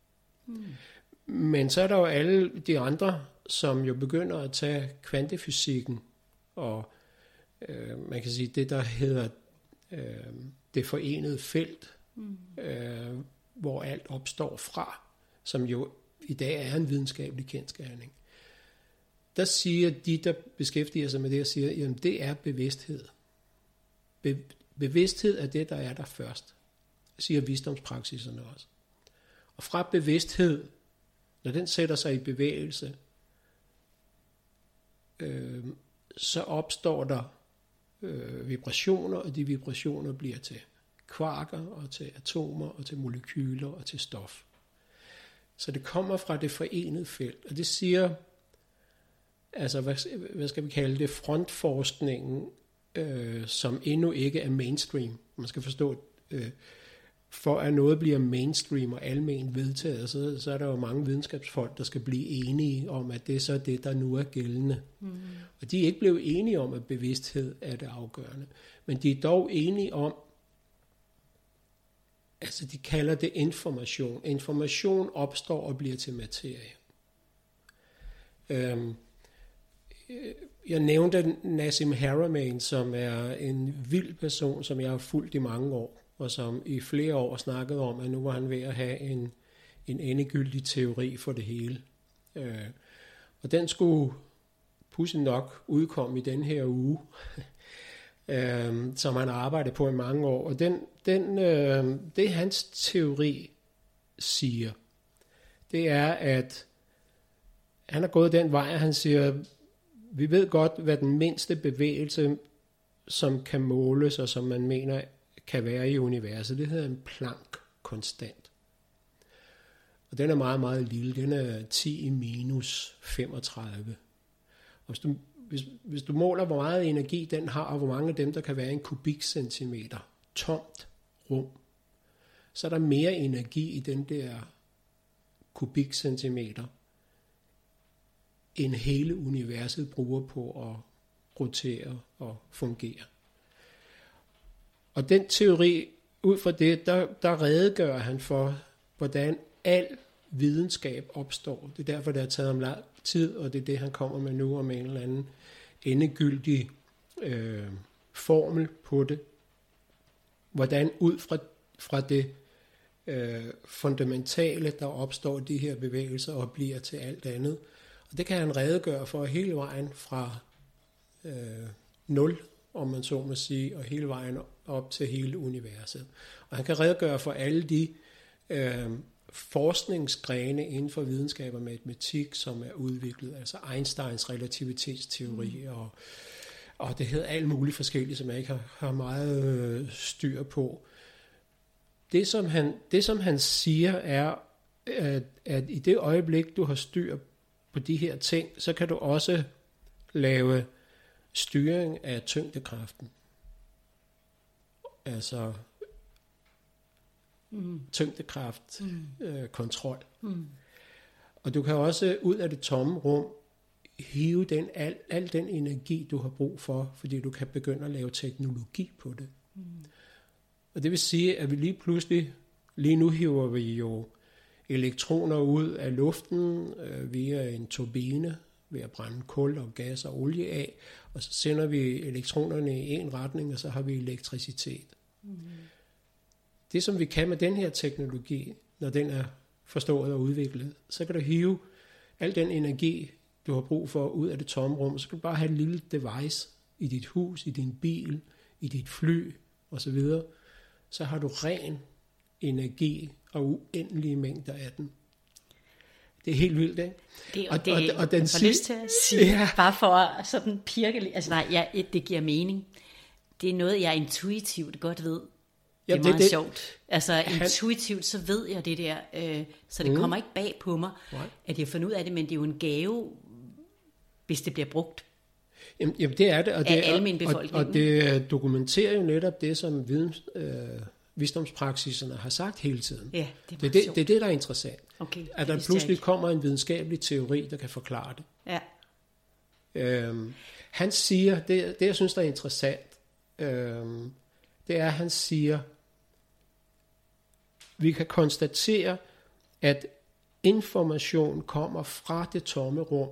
Men så er der jo alle de andre, som jo begynder at tage kvantefysikken, og man kan sige, det der hedder det forenede felt, hvor alt opstår fra, som jo i dag er en videnskabelig kendsgerning. Der siger de, der beskæftiger sig med det, siger, jamen det er bevidsthed. Bevidsthed er det, der er der først, siger visdomspraksiserne også. Og fra bevidsthed, når den sætter sig i bevægelse, så opstår der vibrationer, og de vibrationer bliver til kvarker, og til atomer, og til molekyler, og til stof. Så det kommer fra det forenede felt, og det siger, altså hvad skal vi kalde det, frontforskningen, som endnu ikke er mainstream. Man skal forstå, for at noget bliver mainstream og almen vedtaget, så er der jo mange videnskabsfolk, der skal blive enige om, at det er så det, der nu er gældende. Og de er ikke blevet enige om, at bevidsthed er det afgørende. Men de er dog enige om, altså de kalder det information. Information opstår og bliver til materie. Jeg nævnte Nassim Haramein, som er en vild person, som jeg har fulgt i mange år, og som i flere år snakkede om, at nu var han ved at have en endegyldig teori for det hele. Og den skulle pudsigt nok udkomme i den her uge, som han har arbejdet på i mange år. Og det hans teori siger, det er, at han har gået den vej, at han siger, vi ved godt, hvad den mindste bevægelse, som kan måles, og som man mener kan være i universet, det hedder en Planck-konstant. Og den er meget, meget lille. Den er 10 i minus 35. Og hvis du måler, hvor meget energi den har, og hvor mange af dem, der kan være en kubikcentimeter tomt rum, så er der mere energi i den der kubikcentimeter, end hele universet bruger på at rotere og fungere. Og den teori, ud fra det, der redegør han for, hvordan al videnskab opstår. Det er derfor, det har taget ham lang tid, og det er det, han kommer med nu, om en eller anden endegyldig formel på det. Hvordan ud fra det fundamentale, der opstår de her bevægelser og bliver til alt andet. Og det kan han redegøre for hele vejen fra 0, om man så må sige, og hele vejen op til hele universet. Og han kan redegøre for alle de forskningsgrene inden for videnskab og matematik, som er udviklet, altså Einsteins relativitetsteori, og det hedder alt muligt forskelligt, som jeg ikke har meget styr på. Det som han siger er, at i det øjeblik, du har styr på de her ting, så kan du også lave styring af tyngdekraften. Altså tyngdekraft, kontrol. Og du kan også ud af det tomme rum hive al den energi, du har brug for, fordi du kan begynde at lave teknologi på det. Og det vil sige, at vi lige nu hiver vi jo elektroner ud af luften via en turbine ved at brænde kul og gas og olie af, og så sender vi elektronerne i en retning, og så har vi elektricitet. Det, som vi kan med den her teknologi, når den er forstået og udviklet, så kan du hive al den energi, du har brug for, ud af det tomme rum, så kan du bare have et lille device i dit hus, i din bil, i dit fly osv. Så har du ren energi og uendelige mængder af den. Det er helt vildt, ikke? Og den får lyst til at sige, ja. Bare for at sådan pirke, altså nej, ja, det giver mening. Det er noget, jeg intuitivt godt ved. Det er meget sjovt. Altså intuitivt, så ved jeg det der, så det kommer ikke bag på mig, at jeg finder ud af det, men det er jo en gave, hvis det bliver brugt. Jamen det er det, og det dokumenterer jo netop det, som visdomspraksiserne har sagt hele tiden. Ja, det er det, der er interessant. Okay, at der pludselig kommer en videnskabelig teori, der kan forklare det. Ja. Han siger, det jeg synes, der er interessant, det er, at han siger, vi kan konstatere, at information kommer fra det tomme rum.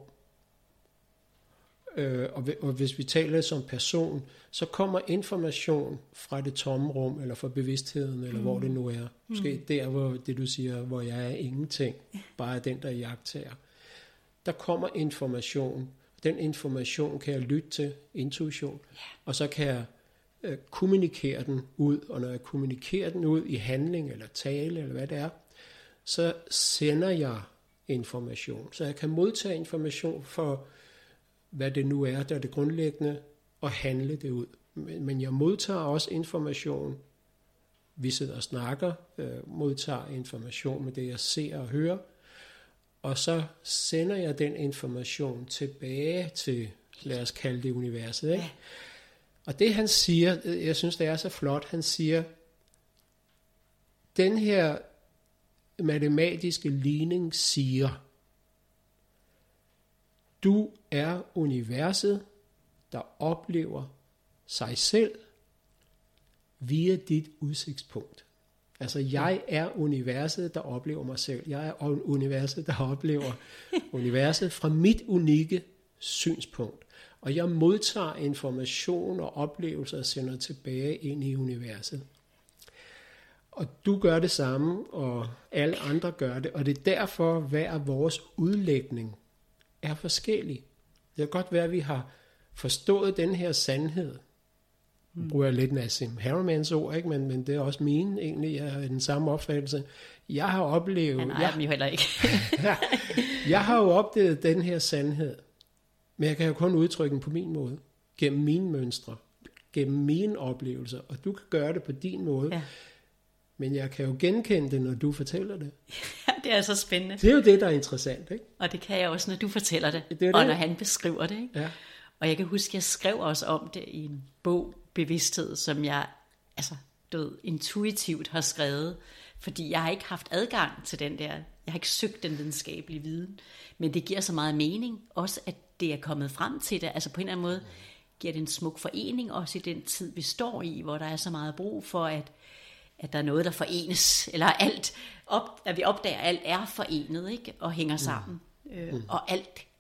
Og hvis vi taler som person, så kommer information fra det tomme rum, eller fra bevidstheden, eller hvor det nu er. Måske der, hvor det du siger, hvor jeg er ingenting, bare er den, der iagttager. Der kommer information. Den information kan jeg lytte til, intuition, og så kan jeg kommunikere den ud, og når jeg kommunikerer den ud i handling, eller tale, eller hvad det er, så sender jeg information. Så jeg kan modtage information for hvad det nu er, der er det grundlæggende, og handle det ud. Men jeg modtager også information. Vi sidder og snakker, modtager information med det, jeg ser og hører, og så sender jeg den information tilbage til, lad os kalde det universet. Ikke? Og det han siger, jeg synes det er så flot, han siger, den her matematiske ligning siger, du er universet, der oplever sig selv via dit udsigtspunkt. Altså, jeg er universet, der oplever mig selv. Jeg er universet, der oplever universet fra mit unikke synspunkt. Og jeg modtager information og oplevelser og sender tilbage ind i universet. Og du gør det samme, og alle andre gør det. Og det er derfor, hver vores udlægning er forskellig. Det kan godt være, at vi har forstået den her sandhed. Nu bruger jeg lidt Nassim Harrimans ord, ikke? Men det er også mine egentlig. Jeg har den samme opfattelse. Jeg har oplevet... Han ejer dem jo heller ikke. Jeg har jo oplevet den her sandhed. Men jeg kan jo kun udtrykke den på min måde. Gennem mine mønstre. Gennem mine oplevelser. Og du kan gøre det på din måde. Ja. Men jeg kan jo genkende det, når du fortæller det. Ja, det er så spændende. Det er jo det, der er interessant, ikke? Og det kan jeg også, når du fortæller det. Det og når han beskriver det, ikke? Ja. Og jeg kan huske, jeg skrev også om det i en bog, Bevidsthed, som jeg intuitivt har skrevet. Fordi jeg har ikke haft adgang til den der, jeg har ikke søgt den videnskabelige viden. Men det giver så meget mening, også at det er kommet frem til det. Altså på en eller anden måde giver det en smuk forening, også i den tid, vi står i, hvor der er så meget brug for, at der er noget, der forenes, eller at vi opdager, at alt er forenet, ikke? Og hænger sammen. Og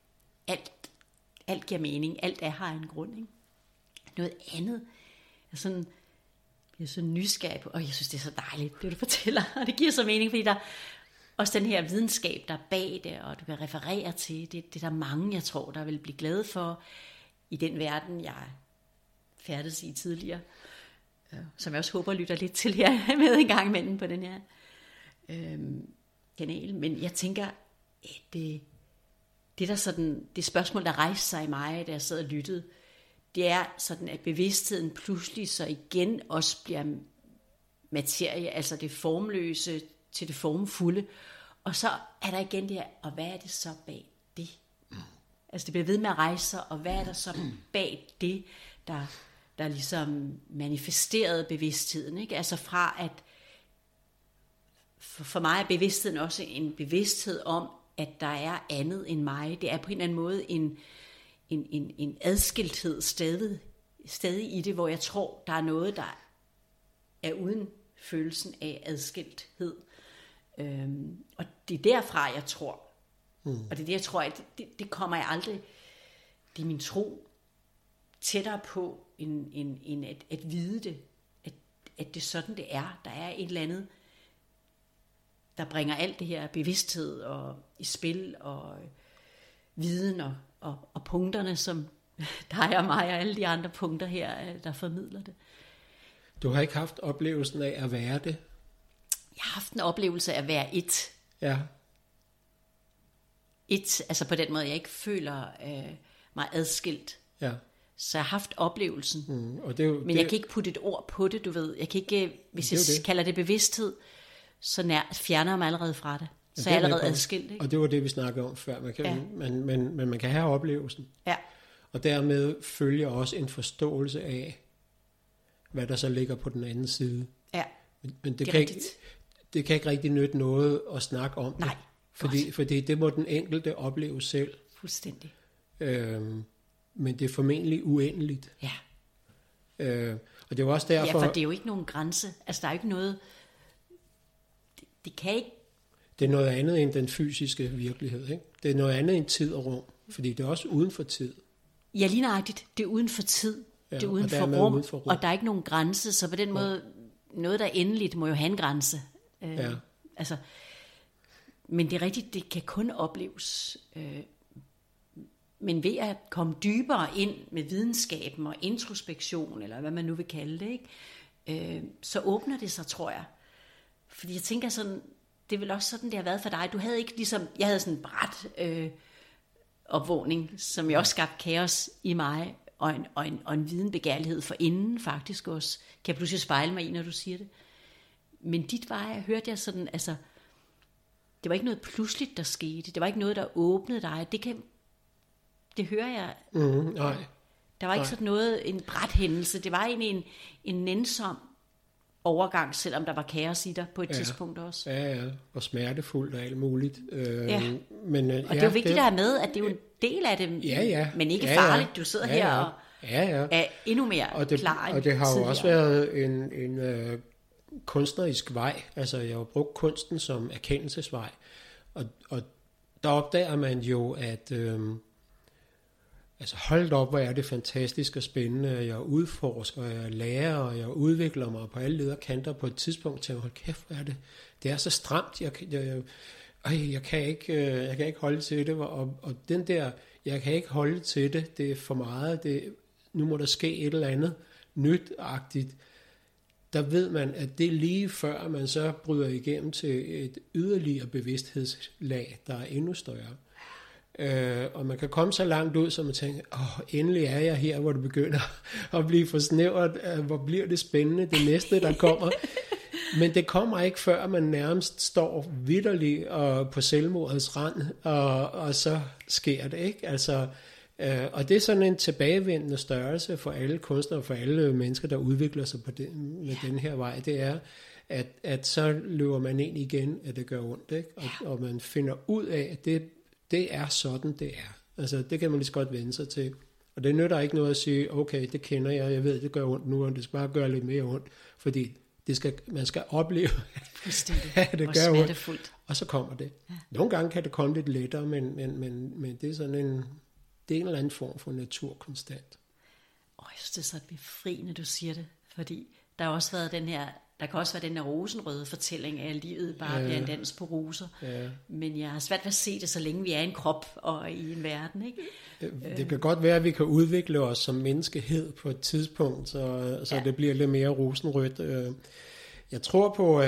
alt giver mening, alt er har en grund. Ikke? Noget andet, jeg er sådan nysgerrig på, og jeg synes, det er så dejligt, det du fortæller, og det giver så mening, fordi der også den her videnskab, der er bag det, og du kan referere til, det er der mange, jeg tror, der vil blive glade for, i den verden, jeg færdes i tidligere, som jeg også håber lytter lidt til her med en gang imellem på den her kanal. Men jeg tænker, at det der sådan, det spørgsmål, der rejste sig i mig, da jeg sad og lyttede, det er sådan, at bevidstheden pludselig så igen også bliver materie, altså det formløse til det formfulde. Og så er der igen det her, og hvad er det så bag det? Altså det bliver ved med at rejse sig, og hvad er der så bag det, der ligesom manifesterede bevidstheden, ikke? Altså fra at, for mig er bevidstheden også en bevidsthed om, at der er andet end mig. Det er på en eller anden måde en adskilthed stadig i det, hvor jeg tror, der er noget, der er uden følelsen af adskilthed. Og det er derfra, jeg tror, Og det er det, jeg tror, at det kommer jeg aldrig, det er min tro, tættere på, end at vide det. At det er sådan, det er. Der er et eller andet, der bringer alt det her bevidsthed og i spil, og viden og punkterne, som dig og mig og alle de andre punkter her, der formidler det. Du har ikke haft oplevelsen af at være det? Jeg har haft en oplevelse af at være et. Ja. Altså på den måde, jeg ikke føler mig adskilt. Ja. Så jeg har haft oplevelsen. Og det er jo, men jeg kan ikke putte et ord på det, du ved. Jeg kan ikke, hvis jeg kalder det bevidsthed, så fjerner jeg mig allerede fra det. Så jeg er allerede adskilt. Ikke? Og det var det, vi snakkede om før. Man kan, men man kan have oplevelsen. Ja. Og dermed følger også en forståelse af, hvad der så ligger på den anden side. Ja, men det kan ikke rigtig nytte noget at snakke om. Nej, det. Fordi det må den enkelte opleve selv. Fuldstændig. Men det er formentlig uendeligt. Ja. Og det er også derfor... Ja, for det er jo ikke nogen grænse. Altså, der er jo ikke noget... Det kan ikke... Det er noget andet end den fysiske virkelighed, ikke? Det er noget andet end tid og rum. Fordi det er også uden for tid. Ja, lige nøjagtigt. Det er uden for tid. Ja, det er uden for rum. Og der er ikke nogen grænse. Så på den måde... Noget, der er endeligt, må jo have en grænse. Altså... Men det er rigtigt, det kan kun opleves... Men ved at komme dybere ind med videnskaben og introspektion, eller hvad man nu vil kalde det, ikke? Så åbner det sig, tror jeg. Fordi jeg tænker sådan, det er vel også sådan, det har været for dig. Du havde ikke ligesom, jeg havde sådan en brat opvågning, som jo også skabte kaos i mig, og en videnbegærlighed for inden faktisk også. Kan jeg pludselig spejle mig i, når du siger det. Men dit var, hørte jeg sådan, altså, det var ikke noget pludseligt, der skete. Det var ikke noget, der åbnede dig. Det hører jeg. Nej. Der var ikke sådan noget, en brat hændelse. Det var egentlig en nænsom overgang, selvom der var kaos i dig på et tidspunkt også. Ja, og smertefuldt og alt muligt. Men, og det er jo vigtigt at have med, at det er jo en del af det, men ikke farligt. Du sidder her og er endnu mere klar end og det har jo tidligere. også været en kunstnerisk vej. Altså, jeg har brugt kunsten som erkendelsesvej. Og der opdager man jo, at... Altså hold op, hvor er det fantastisk og spændende, jeg udforsker, jeg lærer, og jeg udvikler mig på alle lederkanter på et tidspunkt til, hold kæft, hvor er det? Det er så stramt, jeg kan ikke holde til det, og den der, jeg kan ikke holde til det, det er for meget, nu må der ske et eller andet nytagtigt. Der ved man, at det er lige før, man så bryder igennem til et yderligere bevidsthedslag, der er endnu større. Og man kan komme så langt ud, så man tænker, endelig er jeg her, hvor det begynder at blive for snævert, hvor bliver det spændende, det næste, der kommer. Men det kommer ikke, før man nærmest står vitterligt og på selvmordets rand, og så sker det, ikke? Altså, og det er sådan en tilbagevendende størrelse for alle kunstnere, for alle mennesker, der udvikler sig på med den her vej, det er, at så løber man ind igen, at det gør ondt, ikke? Og man finder ud af, at det er sådan, det er. Altså, det kan man lige så godt vende sig til. Og det nytter ikke noget at sige, okay, det kender jeg ved, det gør ondt nu, og det skal bare gøre lidt mere ondt, fordi man skal opleve, at det gør ondt. Og så kommer det. Ja. Nogle gange kan det komme lidt lettere, men det er sådan en eller anden form for naturkonstant. Jeg synes, det er så befriende, du siger det, fordi der har også været der kan også være den her rosenrøde fortælling af, at livet bare bliver en dans på roser. Ja. Men jeg har svært ved at se det, så længe vi er en krop og i en verden. Ikke? Det kan godt være, at vi kan udvikle os som menneskehed på et tidspunkt, så det bliver lidt mere rosenrødt. Jeg tror på,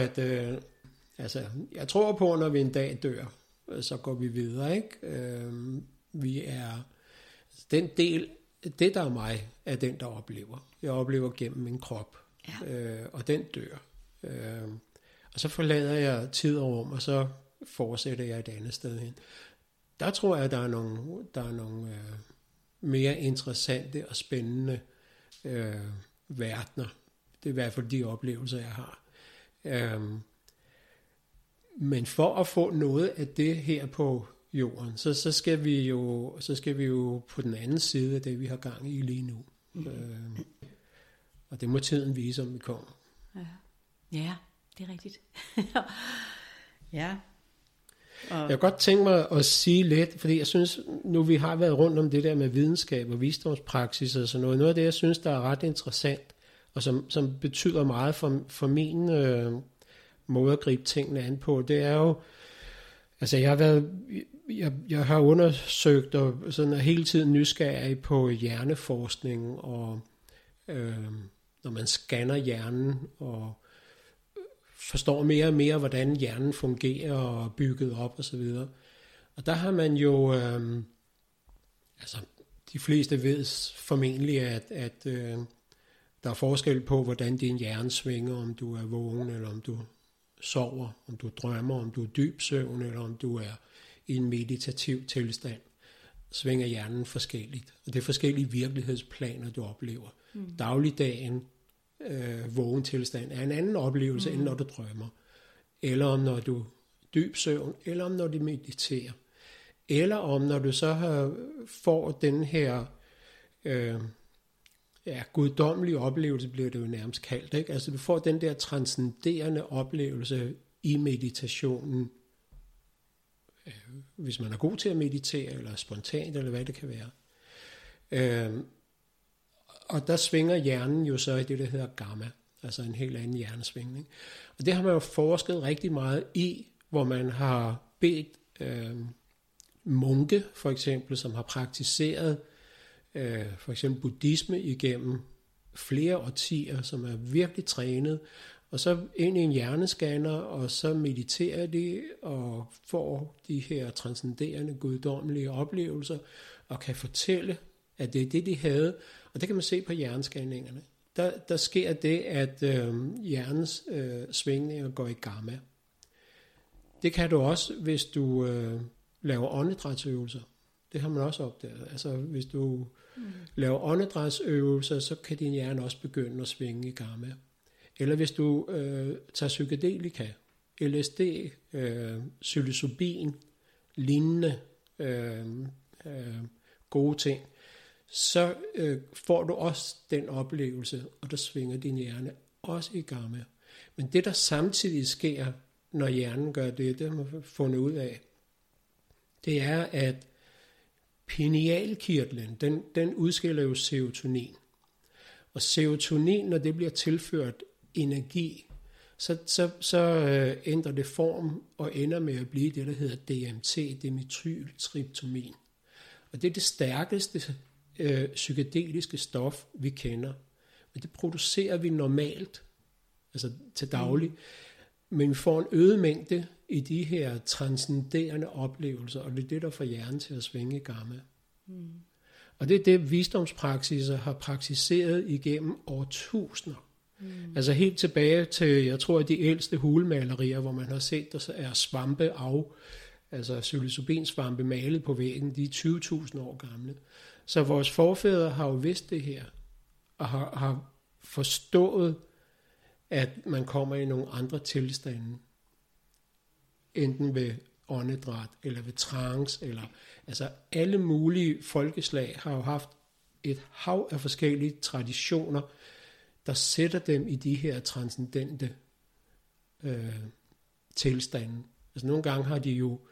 når vi en dag dør, så går vi videre. Ikke? Vi er den del, det der er mig, er den, der oplever. Jeg oplever gennem min krop. Ja. Og den dør. Og så forlader jeg tid og rum, og så fortsætter jeg et andet sted hen. Der tror jeg, at der er nogle mere interessante og spændende verdener. Det er i hvert fald de oplevelser, jeg har. Men for at få noget af det her på jorden, så skal vi jo på den anden side af det, vi har gang i lige nu. Og det må tiden vise, om vi kommer. Ja, det er rigtigt. Ja. Jeg kan godt tænke mig at sige lidt, fordi jeg synes, nu vi har været rundt om det der med videnskab og visdomspraksis og sådan noget. Noget af det, jeg synes, der er ret interessant, og som betyder meget for min måde at gribe tingene an på, det er jo, altså jeg har undersøgt og sådan er hele tiden nysgerrig på hjerneforskning, og når man scanner hjernen og forstår mere og mere, hvordan hjernen fungerer og er bygget op og så videre. Og der har man jo, altså de fleste ved formentlig, at der er forskel på, hvordan din hjerne svinger, om du er vågen, eller om du sover, om du drømmer, om du er dyb søvn, eller om du er i en meditativ tilstand. Svinger hjernen forskelligt. Og det er forskellige virkelighedsplaner, du oplever. Dagligdagen, vågen tilstand, er en anden oplevelse, end når du drømmer. Eller om når du er dyb søvn, eller om når du mediterer. Eller om når du så får den her guddommelige oplevelse, bliver det jo nærmest kaldt. Ikke? Altså du får den der transcenderende oplevelse i meditationen, hvis man er god til at meditere, eller spontant, eller hvad det kan være. Og der svinger hjernen jo så i det, der hedder gamma, altså en helt anden hjernesvingning. Og det har man jo forsket rigtig meget i, hvor man har bedt munke, for eksempel, som har praktiseret for eksempel buddhisme igennem flere årtier, som er virkelig trænet, og så ind i en hjernescanner, og så mediterer de og får de her transcenderende, guddommelige oplevelser, og kan fortælle, at det er det, de havde. Og det kan man se på hjernescanningerne. Der sker det, at hjernens svingninger går i gamma. Det kan du også, hvis du laver åndedrætsøvelser. Det har man også opdaget. Altså hvis du laver åndedrætsøvelser, så kan din hjerne også begynde at svinge i gamma. Eller hvis du tager psykedelika, LSD, psilocybin, lignende gode ting, så får du også den oplevelse, og der svinger din hjerne også i gamma. Men det, der samtidig sker, når hjernen gør det har man fundet ud af, det er, at pinealkirtlen, den udskiller jo serotonin. Og serotonin, når det bliver tilført energi, så ændrer det form og ender med at blive det, der hedder DMT, dimethyltryptamin. Og det er det stærkeste psykedeliske stof, vi kender. Men det producerer vi normalt, altså til daglig. Men vi får en øget mængde i de her transcenderende oplevelser, og det er det, der får hjernen til at svinge i gamma. Og det er det, visdomspraksiser har praktiseret igennem årtusinder. Altså helt tilbage til, jeg tror, de ældste hulemalerier, hvor man har set, der er svampe altså psilocybinsvampe malet på væggen, de er 20.000 år gamle. Så vores forfædre har jo vidst det her, og har forstået, at man kommer i nogle andre tilstande, enten ved åndedræt, eller ved trance, eller altså alle mulige folkeslag har jo haft et hav af forskellige traditioner, der sætter dem i de her transcendente tilstande. Altså nogle gange har de jo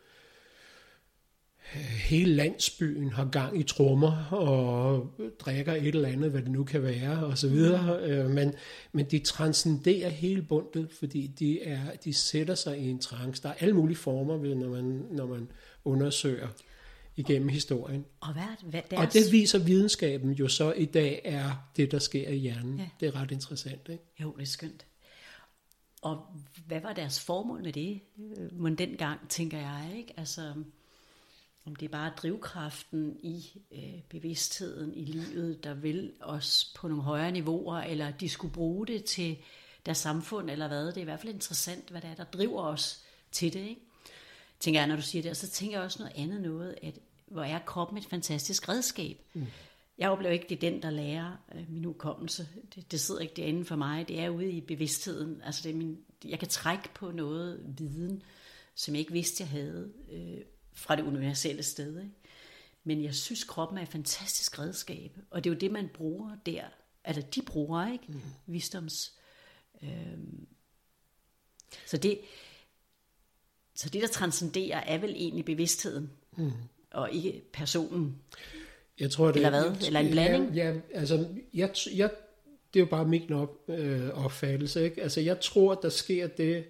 hele landsbyen har gang i trommer og drikker et eller andet, hvad det nu kan være, og så videre. Men de transcenderer hele bundet, fordi de sætter sig i en trance. Der er alle mulige former, når man undersøger igennem historien. Og det viser videnskaben jo så i dag er det, der sker i hjernen. Ja. Det er ret interessant, ikke? Jo, det er skønt. Og hvad var deres formål med det? Men dengang, tænker jeg, ikke? Altså, om det er bare drivkraften i bevidstheden i livet, der vil os på nogle højere niveauer, eller de skulle bruge det til deres samfund, eller hvad. Det er i hvert fald interessant, hvad det er, der driver os til det, ikke? Tænker jeg, når du siger det. Og så tænker jeg også noget andet noget, at hvor er kroppen et fantastisk redskab. Jeg oplever ikke, det er den, der lærer min hukommelse. Det sidder ikke derinde for mig. Det er ude i bevidstheden. Altså jeg kan trække på noget viden, som jeg ikke vidste, jeg havde fra det universelle sted. Ikke? Men jeg synes, kroppen er et fantastisk redskab. Og det er jo det, man bruger der. Altså de bruger, ikke? Visdoms. Så Så det, der transcenderer, er vel egentlig bevidstheden, og ikke personen. Jeg tror, det, eller hvad? Eller en blanding? Ja, altså, det er jo bare min opfattelse. Ikke? Altså, jeg tror, der sker det,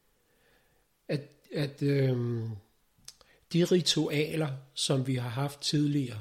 at de ritualer, som vi har haft tidligere,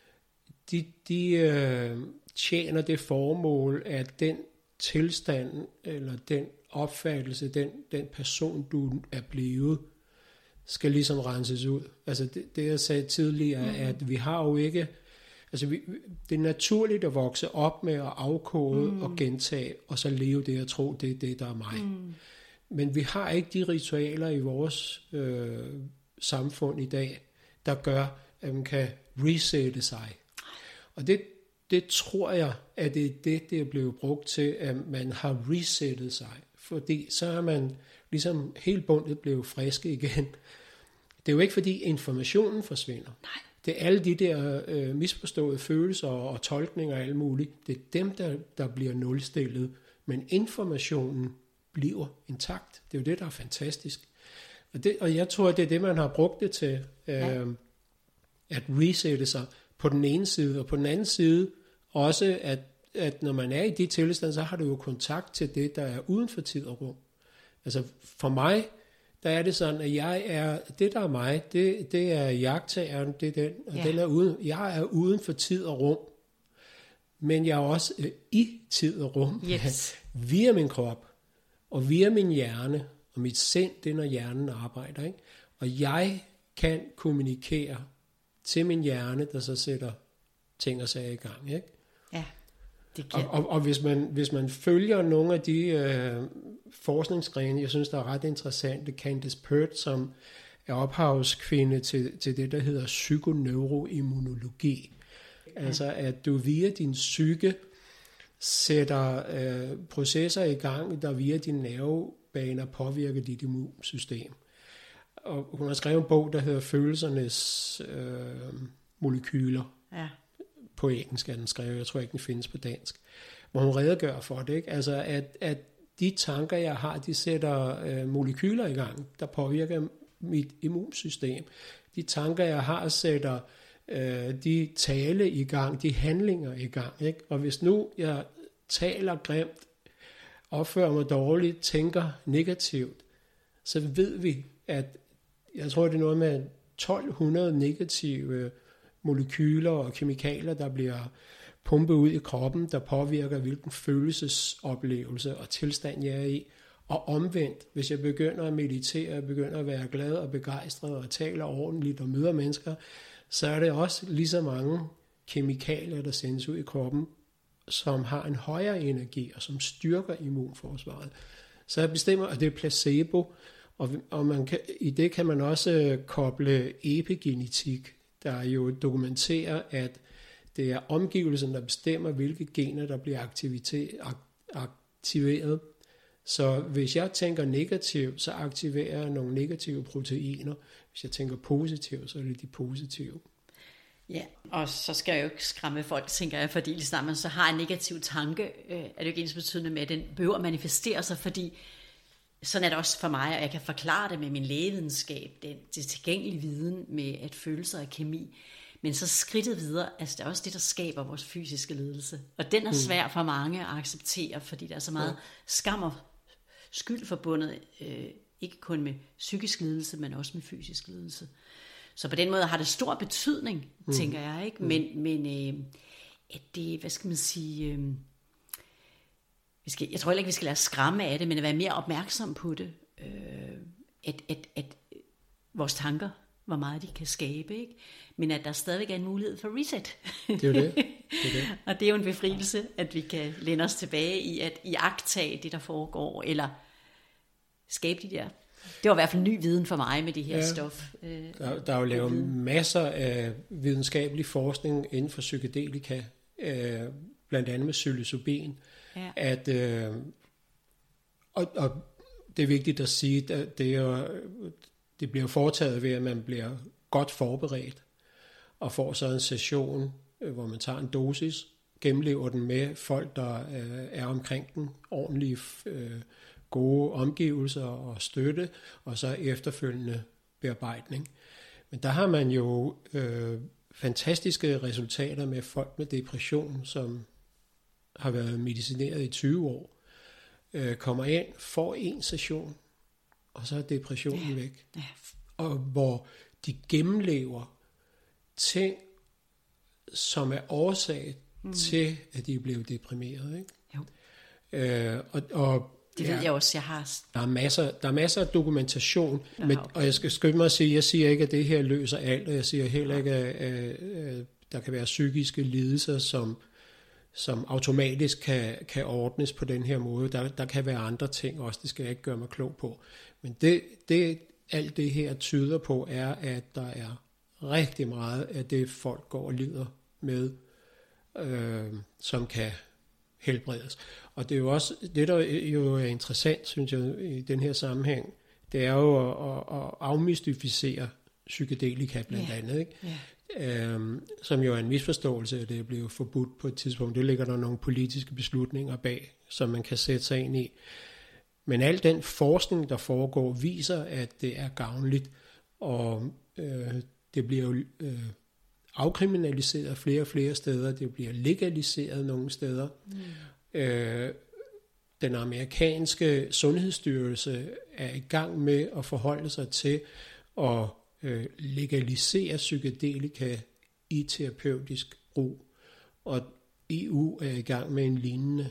de tjener det formål, at den tilstand, eller den opfattelse, den person, du er blevet, skal ligesom renses ud. Altså det jeg sagde tidligere, at vi har jo ikke, altså det er naturligt at vokse op med at afkode og gentage, og så leve det og tro, det er det, der er mig. Men vi har ikke de ritualer i vores samfund i dag, der gør, at man kan resette sig. Og det tror jeg, at det er blevet brugt til, at man har resettet sig. Fordi så er man ligesom helt bundet blevet friske igen. Det er jo ikke fordi informationen forsvinder. Nej. Det er alle de der misforståede følelser og tolkninger og alt muligt. Det er dem, der bliver nulstillet. Men informationen bliver intakt. Det er jo det, der er fantastisk. Og jeg tror, det er det, man har brugt det til. At resette sig på den ene side. Og på den anden side også, at når man er i de tilstande, så har du jo kontakt til det, der er uden for tid og rum. Altså for mig, der er det sådan, at jeg er, det der er mig, det er jagttageren, det er den, og den er uden, jeg er uden for tid og rum, men jeg er også i tid og rum, via min krop, og via min hjerne, og mit sind, det er, når hjernen arbejder, ikke? Og jeg kan kommunikere til min hjerne, der så sætter ting og sager i gang, ikke? Ja, det kan. Og hvis man følger nogle af de forskningsgrene, jeg synes, der er ret interessante, Candice Pert, som er ophavskvinde til det, der hedder psykoneuroimmunologi. Altså, at du via din psyke sætter processer i gang, der via dine nervebaner påvirker dit immunsystem. Og hun har skrevet en bog, der hedder Følelsernes molekyler. Ja. På engelsk er den skrevet, jeg tror ikke, den findes på dansk, hvor hun redegør for det, ikke? Altså, at de tanker, jeg har, de sætter molekyler i gang, der påvirker mit immunsystem. De tanker, jeg har, sætter de tale i gang, de handlinger i gang, ikke? Og hvis nu jeg taler grimt, opfører mig dårligt, tænker negativt, så ved vi, at jeg tror, det er noget med 1200 negative molekyler og kemikalier, der bliver pumpet ud i kroppen, der påvirker, hvilken følelsesoplevelse og tilstand jeg er i. Og omvendt, hvis jeg begynder at meditere, begynder at være glad og begejstret og taler ordentligt og møder mennesker, så er det også lige så mange kemikalier, der sendes ud i kroppen, som har en højere energi og som styrker immunforsvaret. Så jeg bestemmer, at det er placebo, og man kan, i det kan man også koble epigenetik, der jo dokumenterer, at det er omgivelsen, der bestemmer, hvilke gener, der bliver aktiveret. Så hvis jeg tænker negativt, så aktiverer jeg nogle negative proteiner. Hvis jeg tænker positivt, så er det de positive. Ja, og så skal jeg jo ikke skræmme folk, tænker jeg, fordi lige snart man så har en negativ tanke, er det jo ikke ensbetydende med, at den behøver at manifestere sig, fordi sådan er det også for mig, og jeg kan forklare det med min lægevidenskab, det tilgængelige viden med at følelser og kemi. Men så skridtet videre, altså det er også det, der skaber vores fysiske lidelse. Og den er svær for mange at acceptere, fordi der er så meget skam og skyld forbundet, ikke kun med psykisk lidelse, men også med fysisk lidelse. Så på den måde har det stor betydning, tænker jeg, ikke? Men at det, hvad skal man sige, jeg tror heller ikke, vi skal lade os skræmme af det, men at være mere opmærksom på det, at vores tanker, hvor meget de kan skabe, ikke? Men at der stadigvæk er en mulighed for reset. Det er jo det. Og det er jo en befrielse, at vi kan læne os tilbage i at iagttage det, der foregår, eller skabe de der. Det var i hvert fald ny viden for mig med det her stof. Der er jo lavet masser af videnskabelig forskning inden for psykedelika, blandt andet med psilocybin, at og det er vigtigt at sige, at det bliver foretaget ved, at man bliver godt forberedt og får så en session, hvor man tager en dosis, gennemlever den med folk, der er omkring den, ordentlige gode omgivelser og støtte, og så efterfølgende bearbejdning. Men der har man jo fantastiske resultater med folk med depression, som har været medicineret i 20 år, kommer ind, får en session, og så er depressionen væk. Ja. Og hvor de gennemlever ting, som er årsag til, at de er blevet deprimeret. Ikke? Jo. Og det ved jeg også, jeg har. Der er masser af dokumentation, og jeg skal skynde mig at sige, jeg siger ikke, at det her løser alt, og jeg siger heller ikke, at der kan være psykiske lidelser, som automatisk kan ordnes på den her måde. Der kan være andre ting også, det skal jeg ikke gøre mig klog på. Men det alt det her tyder på, er, at der er rigtig meget af det, folk går og lider med, som kan helbredes. Og det er jo også, det der jo er interessant, synes jeg, i den her sammenhæng, det er jo at afmystificere psykedelika blandt andet, ikke? Som jo er en misforståelse, at det er blevet forbudt på et tidspunkt. Det ligger der nogle politiske beslutninger bag, som man kan sætte sig ind i. Men al den forskning, der foregår, viser, at det er gavnligt, og det bliver jo afkriminaliseret flere og flere steder, det bliver legaliseret nogle steder. Den amerikanske sundhedsstyrelse er i gang med at forholde sig til at legalisere psykedelika i terapeutisk brug, og EU er i gang med en lignende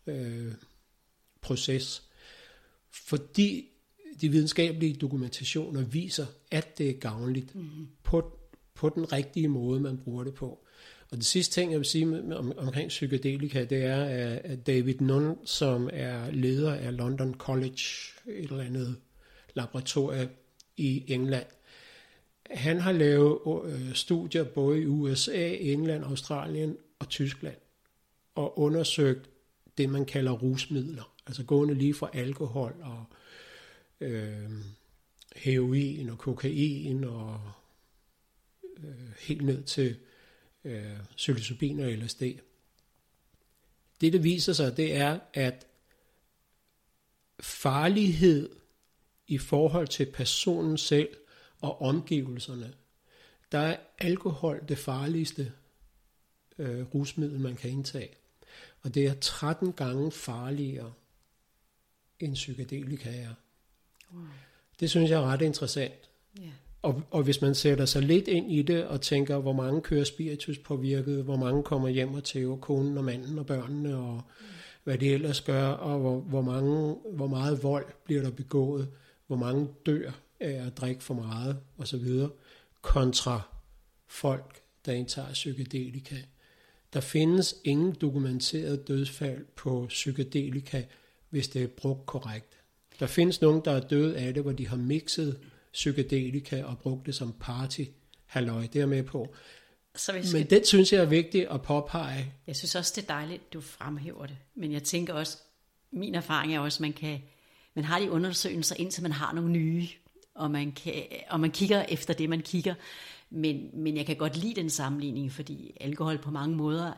proces, fordi de videnskabelige dokumentationer viser, at det er gavnligt på den rigtige måde, man bruger det på. Og det sidste ting, jeg vil sige omkring psykedelika, det er, at David Nunn, som er leder af London College, et eller andet laboratorie i England, han har lavet studier både i USA, England, Australien og Tyskland, og undersøgt det, man kalder rusmidler, altså gående lige fra alkohol og heroin og kokain og helt ned til psilocybin og LSD. Det viser sig, det er, at farlighed i forhold til personen selv og omgivelserne, der er alkohol det farligste rusmiddel, man kan indtage. Og det er 13 gange farligere end psykedelika er. Wow. Det synes jeg er ret interessant. Yeah. Og hvis man sætter sig lidt ind i det og tænker, hvor mange kører spiritus påvirket, hvor mange kommer hjem og tæver konen og manden og børnene, og hvad det ellers gør, og hvor meget vold bliver der begået, hvor mange dør af at drikke for meget osv., kontra folk, der indtager psykedelika. Der findes ingen dokumenteret dødsfald på psykedelika, hvis det er brugt korrekt. Der findes nogen, der er døde af det, hvor de har mixet psykedelika og brugt det som party-halløj. Det er med på. Men det synes jeg er vigtigt at påpege. Jeg synes også, det er dejligt, du fremhæver det. Men jeg tænker også, min erfaring er også, man har de undersøgelser, indtil man har nogle nye, og man kigger efter det, man kigger. Men jeg kan godt lide den sammenligning, fordi alkohol på mange måder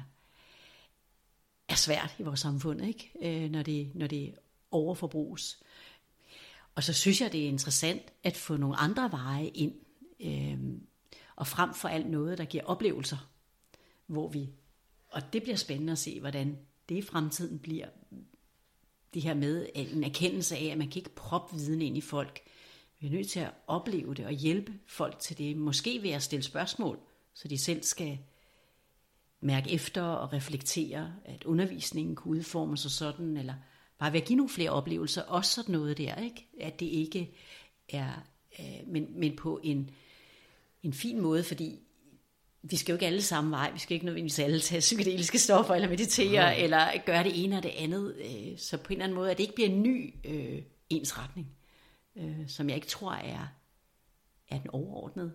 er svært i vores samfund, ikke? Når det overforbruges. Og så synes jeg, det er interessant at få nogle andre veje ind, og frem for alt noget, der giver oplevelser, og det bliver spændende at se, hvordan det i fremtiden bliver, det her med en erkendelse af, at man kan ikke proppe viden ind i folk. Vi er nødt til at opleve det og hjælpe folk til det, måske ved at stille spørgsmål, så de selv skal mærke efter og reflektere, at undervisningen kunne udforme sig sådan, eller bare ved at give nogle flere oplevelser, også sådan noget der, ikke? At det ikke er, men på en fin måde, fordi vi skal jo ikke alle samme vej, vi skal ikke nødvendigvis alle tage psykedeliske stoffer, eller meditere, eller gøre det ene og det andet, så på en eller anden måde, at det ikke bliver en ny ensretning, som jeg ikke tror er den overordnede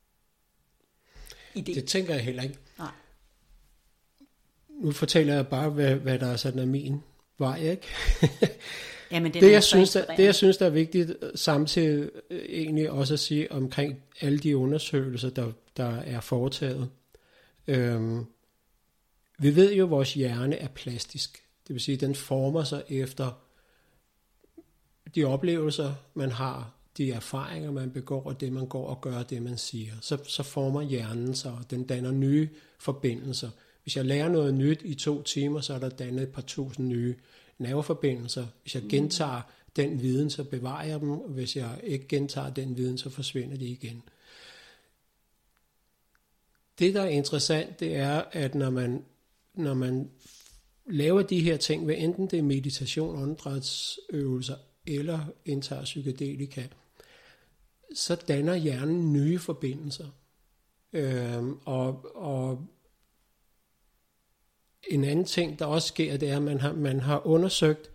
idé. Det tænker jeg heller ikke. Nej. Nu fortæller jeg bare, hvad der er sådan af min vej, ikke? Jamen, det jeg synes, der er vigtigt, samtidig egentlig også at sige omkring alle de undersøgelser, der er foretaget. Vi ved jo, at vores hjerne er plastisk. Det vil sige, at den former sig efter de oplevelser, man har, de erfaringer, man begår, og det, man går og gør, det, man siger. Så former hjernen sig, og den danner nye forbindelser. Hvis jeg lærer noget nyt i 2 timer, så er der dannet et par tusind nye nerveforbindelser. Hvis jeg gentager den viden, så bevarer jeg dem, og hvis jeg ikke gentager den viden, så forsvinder de igen. Det, der er interessant, det er, at når man laver de her ting, hvad enten det er meditation, åndedrætsøvelser eller indtager psykedelika, så danner hjernen nye forbindelser. Og en anden ting, der også sker, det er, at man har undersøgt,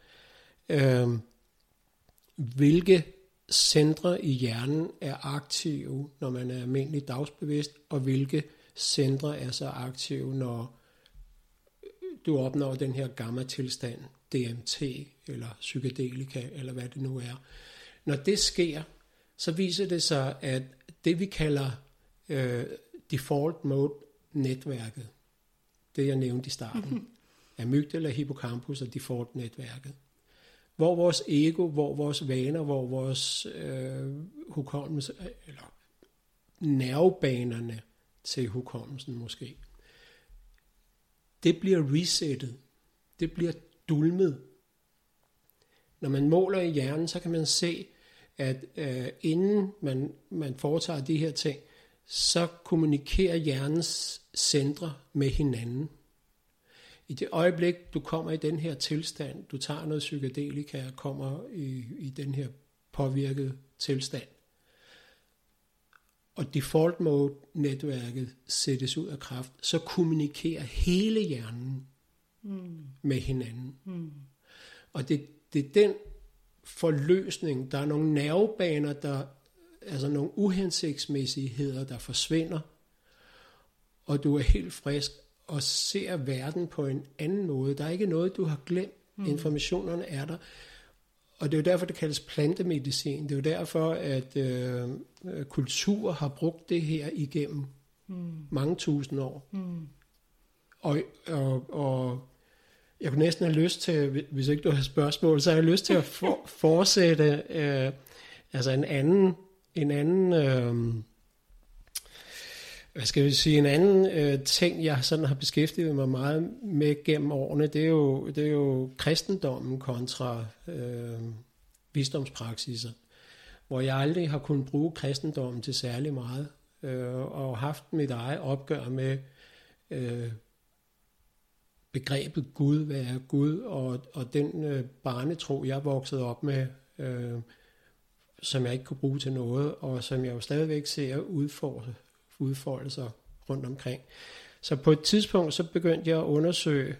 hvilke centre i hjernen er aktive, når man er almindelig dagsbevidst, og hvilke centre er så aktive, når du opnår den her gamma-tilstand, DMT eller psykedelika, eller hvad det nu er. Når det sker, så viser det sig, at det vi kalder default mode-netværket, det jeg nævnte i starten, amygdala, hippocampus og default-netværket, hvor vores ego, hvor vores vaner, hvor vores hukommelse, eller nervebanerne til hukommelsen måske, det bliver resettet. Det bliver dulmet. Når man måler i hjernen, så kan man se, at inden man foretager de her ting, så kommunikerer hjernens centre med hinanden. I det øjeblik, du kommer i den her tilstand, du tager noget psykedelika og kommer i den her påvirkede tilstand, og default mode-netværket sættes ud af kraft, så kommunikerer hele hjernen med hinanden. Og det er den forløsning, der er nogle nervebaner, altså nogle uhensigtsmæssigheder, der forsvinder, og du er helt frisk og ser verden på en anden måde. Der er ikke noget, du har glemt. Informationerne er der. Og det er jo derfor, det kaldes plantemedicin. Det er jo derfor, at kultur har brugt det her igennem mange tusind år. Og jeg kunne næsten have lyst til, hvis ikke du har spørgsmål, så har jeg lyst til at fortsætte altså en anden hvad skal vi sige, en anden ting, jeg sådan har beskæftiget mig meget med gennem årene, det er jo kristendommen kontra visdomspraksiser, hvor jeg aldrig har kunnet bruge kristendommen til særlig meget, og haft mit eget opgør med begrebet Gud, hvad er Gud, og den barnetro, jeg voksede op med, som jeg ikke kunne bruge til noget, og som jeg jo stadigvæk ser udfolde sig rundt omkring. Så på et tidspunkt, så begyndte jeg at undersøge,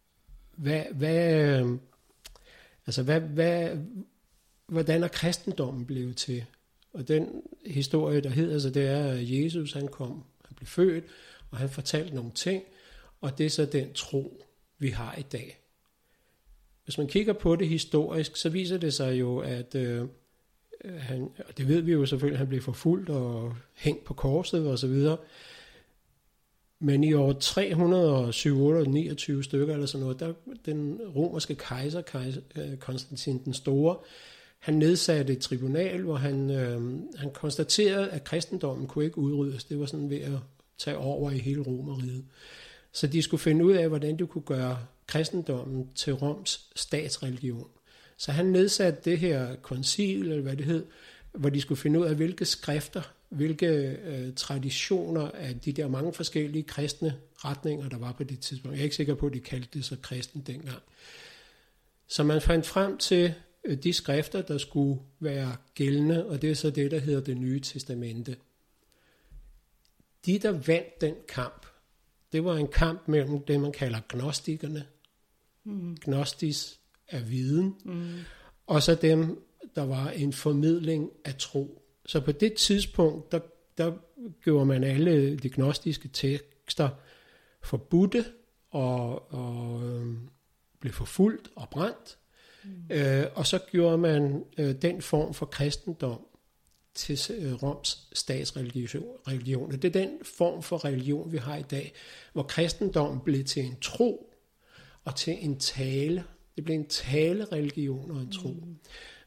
hvordan er kristendommen blevet til? Og den historie, der hedder så, det er, at Jesus, han blev født, og han fortalte nogle ting, og det er så den tro, vi har i dag. Hvis man kigger på det historisk, så viser det sig jo, at og det ved vi jo selvfølgelig, at han blev forfulgt og hængt på korset og så videre. Men i år 329 stykker eller sådan noget, der den romerske kejser Konstantin den Store, han nedsatte et tribunal, hvor han konstaterede, at kristendommen kunne ikke udryddes. Det var sådan ved at tage over i hele Romerriget. Så de skulle finde ud af, hvordan de kunne gøre kristendommen til Roms statsreligion. Så han nedsatte det her koncil, eller hvad det hed, hvor de skulle finde ud af, hvilke skrifter, hvilke traditioner af de der mange forskellige kristne retninger, der var på det tidspunkt. Jeg er ikke sikker på, at de kaldte det så kristen dengang. Så man fandt frem til de skrifter, der skulle være gældende, og det er så det, der hedder Det Nye Testamente. De, der vandt den kamp, det var en kamp mellem det, man kalder gnostikerne. Gnostis af viden, og så dem, der var en formidling af tro. Så på det tidspunkt, der gjorde man alle de gnostiske tekster forbudte, og blev forfulgt og brændt, og så gjorde man den form for kristendom til Roms statsreligion. Det er den form for religion, vi har i dag, hvor kristendommen blev til en tro og til en tale. Det blev en talereligion og en tro.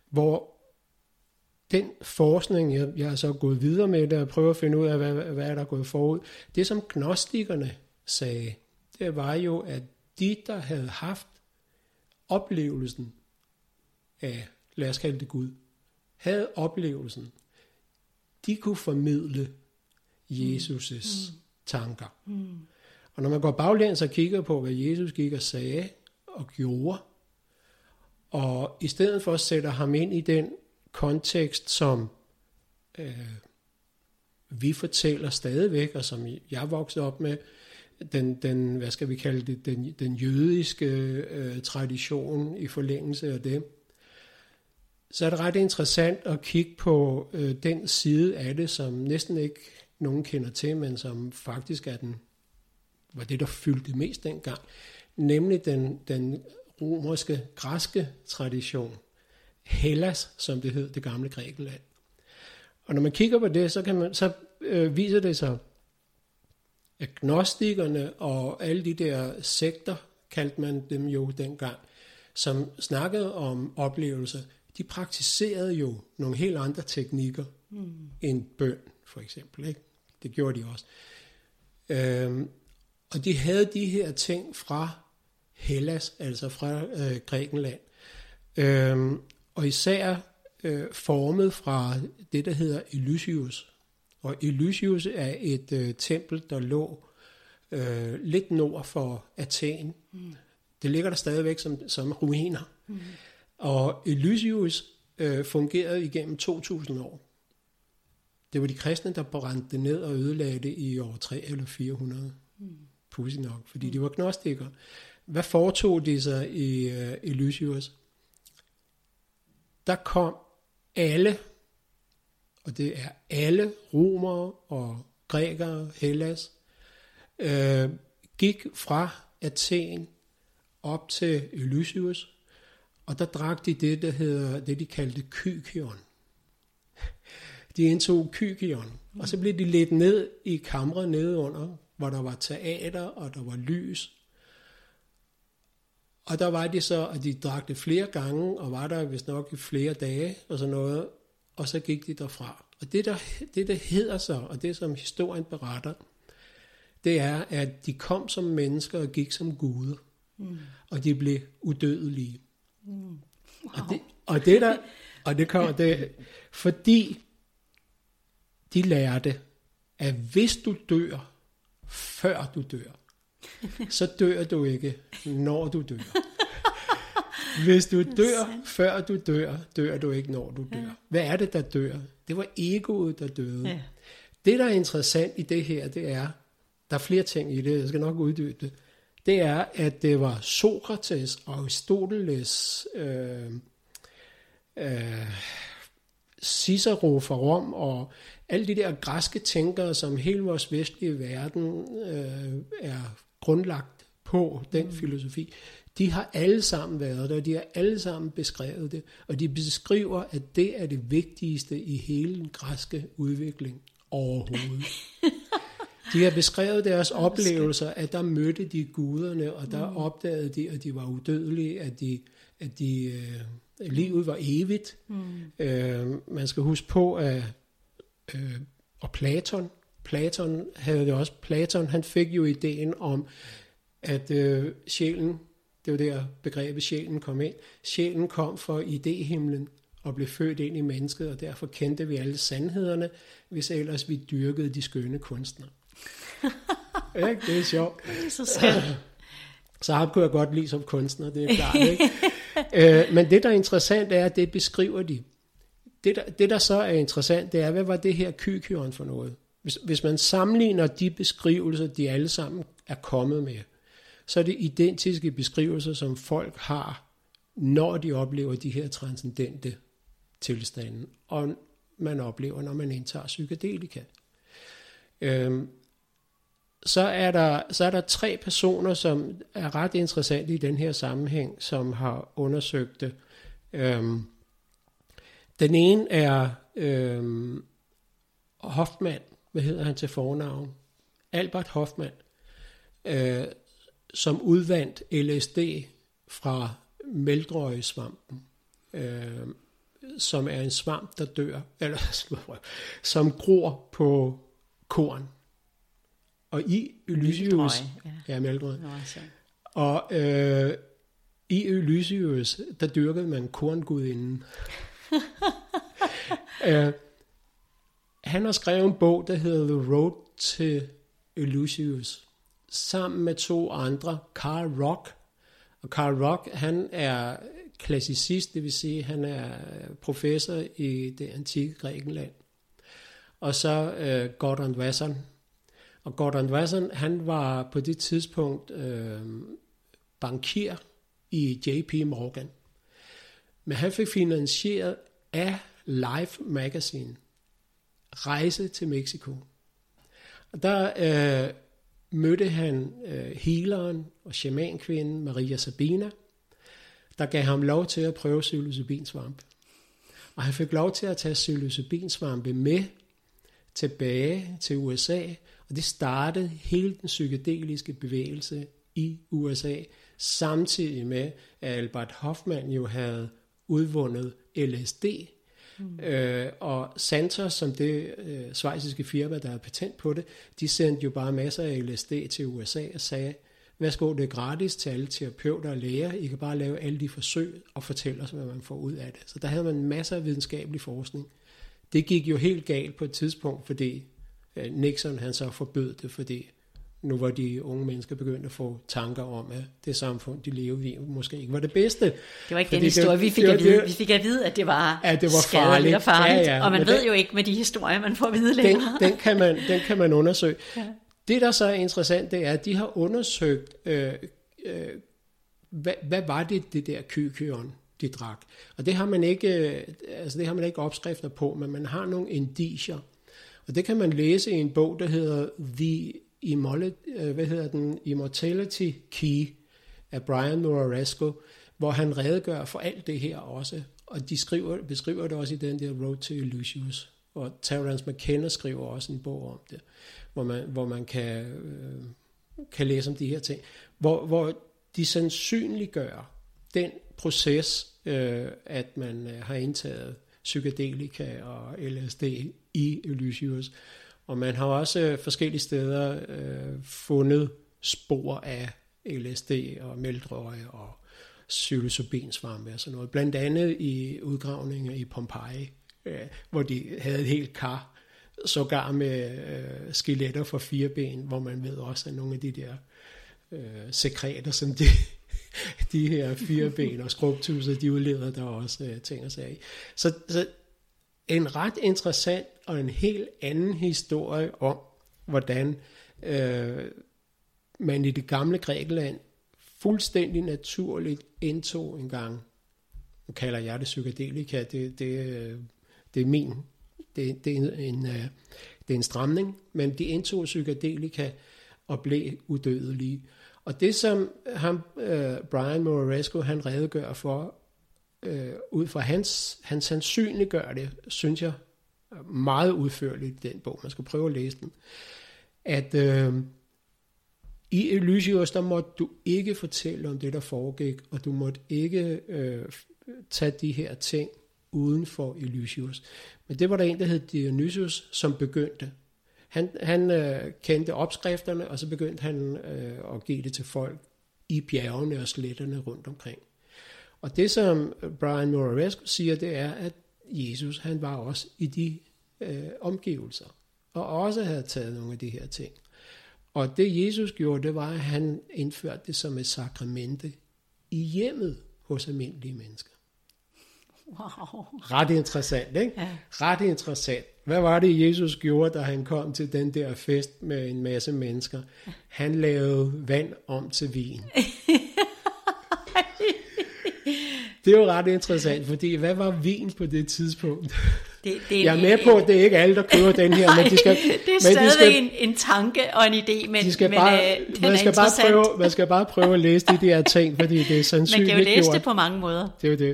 hvor den forskning, jeg er så gået videre med det, og prøver at finde ud af, hvad er der gået forud. Det, som gnostikerne sagde, det var jo, at de, der havde haft oplevelsen af, lad os kalde det Gud, havde oplevelsen, de kunne formidle Jesus' tanker. Og når man går baglæns og kigger på, hvad Jesus gik og sagde og gjorde, og i stedet for at sætte ham ind i den kontekst, som vi fortæller stadigvæk, og som jeg voksede op med, den hvad skal vi kalde det, den jødiske tradition i forlængelse af det, så er det ret interessant at kigge på den side af det, som næsten ikke nogen kender til, men som faktisk var det, der fyldte mest dengang, nemlig den romerske, græske tradition, Hellas, som det hed, det gamle Grækenland. Og når man kigger på det, så viser det sig, at gnostikerne og alle de der sekter, kaldte man dem jo dengang, som snakkede om oplevelser, de praktiserede jo nogle helt andre teknikker end bøn, for eksempel. Ikke? Det gjorde de også. Og de havde de her ting fra Hellas, altså fra Grækenland. Og især formet fra det, der hedder Elysius. Og Elysius er et tempel, der lå lidt nord for Athen. Det ligger der stadigvæk som ruiner. Og Elysius fungerede igennem 2000 år. Det var de kristne, der brændte det ned og ødelagde det i år 3 eller 400. Pudsigt nok, fordi de var gnostikere. Hvad foretog de sig i Elysius? Der kom alle, og det er alle romere og grækere, Hellas, gik fra Athen op til Elysius, og der drak de det de kaldte kykion. De indtog kykion, og så blev de ledt ned i kamre nedenunder, hvor der var teater, og der var lys. Og der var de så, at de drak det flere gange, og var der vist nok i flere dage, og sådan noget, og så gik de derfra. Og det der hedder så, og det som historien beretter, det er, at de kom som mennesker og gik som guder, og de blev udødelige. Wow. Og det kommer det, fordi de lærte, at hvis du dør, før du dør, så dør du ikke, når du dør. Hvis du dør, før du dør, dør du ikke, når du dør. Hvad er det, der dør? Det var egoet, der døde. Ja. Det, der er interessant i det her, det er, der er flere ting i det, jeg skal nok uddybe det, det er, at det var Sokrates og Aristoteles, Cicero fra Rom og alle de der græske tænkere, som hele vores vestlige verden er grundlagt på, den filosofi, de har alle sammen været der, de har alle sammen beskrevet det, og de beskriver, at det er det vigtigste i hele den græske udvikling overhovedet. De har beskrevet deres oplevelser, at der mødte de guderne, og der opdagede de, at de var udødelige, at livet var evigt. Man skal huske på, at og Platon havde det også. Platon, han fik jo ideen om, at sjælen, det var der begrebet sjælen kom ind. Sjælen kom fra idéhimlen og blev født ind i mennesket, og derfor kendte vi alle sandhederne, hvis ellers vi dyrkede de skønne kunstnere. Ikke? Det er sjovt. Så ham kunne jeg godt lide som kunstner, det er klart. Ikke? Men det, der er interessant, er, at det beskriver de. Det, der så er interessant, det er, hvad var det her kykion for noget? Hvis man sammenligner de beskrivelser, de alle sammen er kommet med, så er det identiske beskrivelser, som folk har, når de oplever de her transcendente tilstande, og man oplever, når man indtager psykedelika. Så er der 3 personer, som er ret interessante i den her sammenhæng, som har undersøgt det. Den ene er Hoffmann. Hvad hedder han til fornavn? Albert Hoffmann, som udvandt LSD fra mælkrøgesvampen. som er en svamp, der dør, eller som gror på korn. Og i Elysius, mælkedrøg. Og i Elysius, der dyrkede man korngudinden. Han har skrevet en bog, der hedder The Road to Elysius, sammen med 2 andre, Carl Rock. Og Carl Rock, han er klassicist, det vil sige, han er professor i det antikke Grækenland. Og så Gordon Wasson. Og Gordon Wasson, han var på det tidspunkt bankier i JP Morgan. Men han fik finansieret af Life Magazine rejse til Mexico. Og der mødte han healeren og shamankvinden Maria Sabina, der gav ham lov til at prøve psilocybinsvampe. Og han fik lov til at tage psilocybinsvampe med tilbage til USA, og det startede hele den psykedeliske bevægelse i USA, samtidig med, at Albert Hoffman jo havde udvundet LSD, og Santos, som det schweiziske firma, der havde patent på det, de sendte jo bare masser af LSD til USA og sagde, værsgo, det er gratis til alle terapeuter og læger, I kan bare lave alle de forsøg og fortælle os, hvad man får ud af det. Så der havde man masser af videnskabelig forskning. Det gik jo helt galt på et tidspunkt, fordi Nixon han så forbød det, fordi nu var de unge mennesker begyndt at få tanker om, at det samfund, de levede i, måske ikke var det bedste. Det var ikke den historie, vi fik at vide, at det var skadeligt og farligt. Ja, og man ved jo ikke med de historier, man får at vide længere. Den kan man undersøge. Ja. Det, der så er interessant, det er, at de har undersøgt, hvad var det der kykeon, de drak. Og det har man ikke opskrifter på, men man har nogle indicier. Og det kan man læse i en bog, der hedder Immortality Key af Brian Muraresco, hvor han redegør for alt det her også. Og de beskriver det også i den der Road to Elysius. Og Terence McKenna skriver også en bog om det, hvor man kan læse om de her ting. Hvor de sandsynliggør den proces, at man har indtaget psykedelika og LSD i Elysius. Og man har også forskellige steder fundet spor af LSD og mælkedrøg og psilocybinsvampe og sådan noget. Blandt andet i udgravninger i Pompeji, hvor de havde et helt kar, sågar med skeletter fra 4 ben, hvor man ved også, at nogle af de der sekreter, som de her 4 ben og skrubtusser, de udleder der også ting og sager i. Så en ret interessant og en helt anden historie om, hvordan man i det gamle Grækenland fuldstændig naturligt indtog en gang, nu kalder jeg det psykedelika, det er en stramning, men de indtog psykedelika og blev udødelige. Og det som Brian Muraresco, han redegør for, ud fra han sandsynliggør det, synes jeg, meget udførligt i den bog. Man skal prøve at læse den. At i Elysius, der måtte du ikke fortælle om det, der foregik, og du måtte ikke tage de her ting uden for Elysius. Men det var der en, der hed Dionysius, som begyndte. Han kendte opskrifterne, og så begyndte han at give det til folk i bjergene og sletterne rundt omkring. Og det, som Brian Muraresco siger, det er, at Jesus, han var også i de omgivelser, og også havde taget nogle af de her ting. Og det Jesus gjorde, det var, at han indførte det som et sakramente i hjemmet hos almindelige mennesker. Wow. Ret interessant, ikke? Ja. Ret interessant. Hvad var det, Jesus gjorde, da han kom til den der fest med en masse mennesker? Han lavede vand om til vin. Det er jo ret interessant, fordi hvad var vin på det tidspunkt? Jeg er med på, at det er ikke alle, der køber den her. Nej, men de skal, det er stadig en tanke og en idé, men man skal bare prøve at læse de der ting, fordi det er sandsynligt. Man kan jo læse det på mange måder. Det er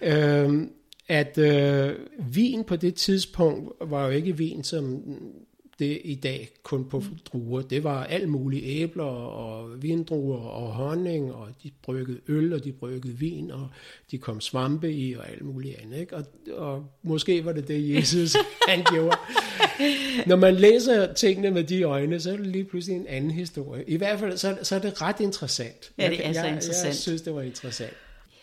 jo det. Vin på det tidspunkt var jo ikke vin, som det i dag kun på druer. Det var alt muligt, æbler og vindruer og honning, og de bryggede øl, og de bryggede vin, og de kom svampe i, og alt muligt andet. Ikke? Og måske var det Jesus han gjorde. Når man læser tingene med de øjne, så er det lige pludselig en anden historie. I hvert fald, så er det ret interessant. Ja, det er så interessant. Jeg synes, det var interessant.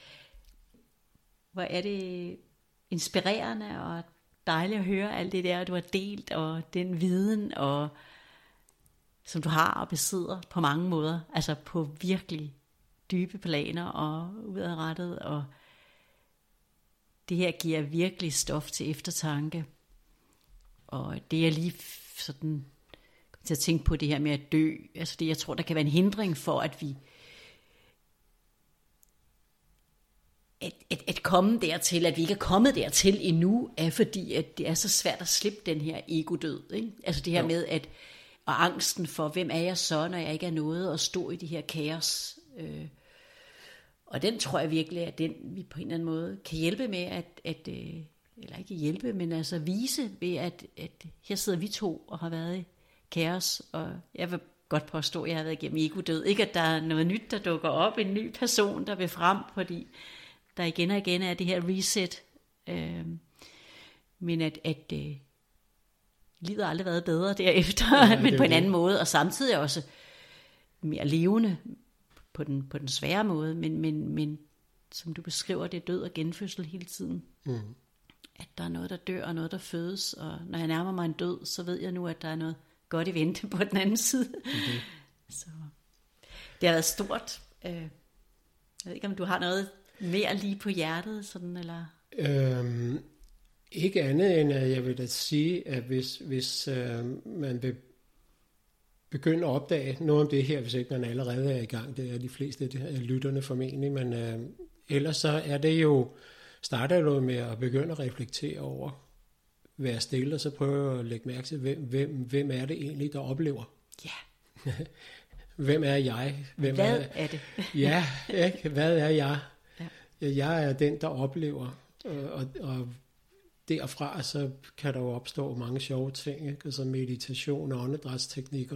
Hvor er det inspirerende og dejligt at høre alt det der, du har delt, og den viden, og som du har og besidder på mange måder, altså på virkelig dybe planer og udadrettet, og det her giver virkelig stof til eftertanke. Og det er lige sådan til at tænke på det her med at dø, altså det, jeg tror, der kan være en hindring for, at vi at komme dertil, at vi ikke er kommet dertil endnu, er fordi, at det er så svært at slippe den her ego-død. Ikke? Altså det her med, og angsten for, hvem er jeg så, når jeg ikke er noget, at stå i det her kaos. Og den tror jeg virkelig, at den vi på en eller anden måde kan hjælpe med, eller ikke hjælpe, men altså vise ved, at her sidder vi to og har været i kaos, og jeg vil godt påstå, at jeg har været igennem ego-død. Ikke at der er noget nyt, der dukker op, en ny person, der vil frem, fordi der igen og igen er det her reset, men at livet har aldrig været bedre derefter, men på en anden måde, og samtidig også mere levende på den svære måde, men som du beskriver, det er død og genfødsel hele tiden. At der er noget, der dør, og noget, der fødes, og når jeg nærmer mig en død, så ved jeg nu, at der er noget godt i vente på den anden side. Så det har været stort. Jeg ved ikke, om du har noget mere lige på hjertet, sådan, eller? Ikke andet end, at jeg vil da sige, at hvis man vil begynde at opdage noget om det her, hvis ikke man allerede er i gang, det er de fleste af lytterne formentlig, men ellers så er det jo, starter du med at begynde at reflektere over, være stille, og så prøve at lægge mærke til, hvem er det egentlig, der oplever? Ja. Hvem er jeg? Hvad er det? Ja, ikke? Hvad er jeg? Jeg er den, der oplever, og derfra så kan der jo opstå mange sjove ting, ikke? Altså meditation og åndedrætsteknikker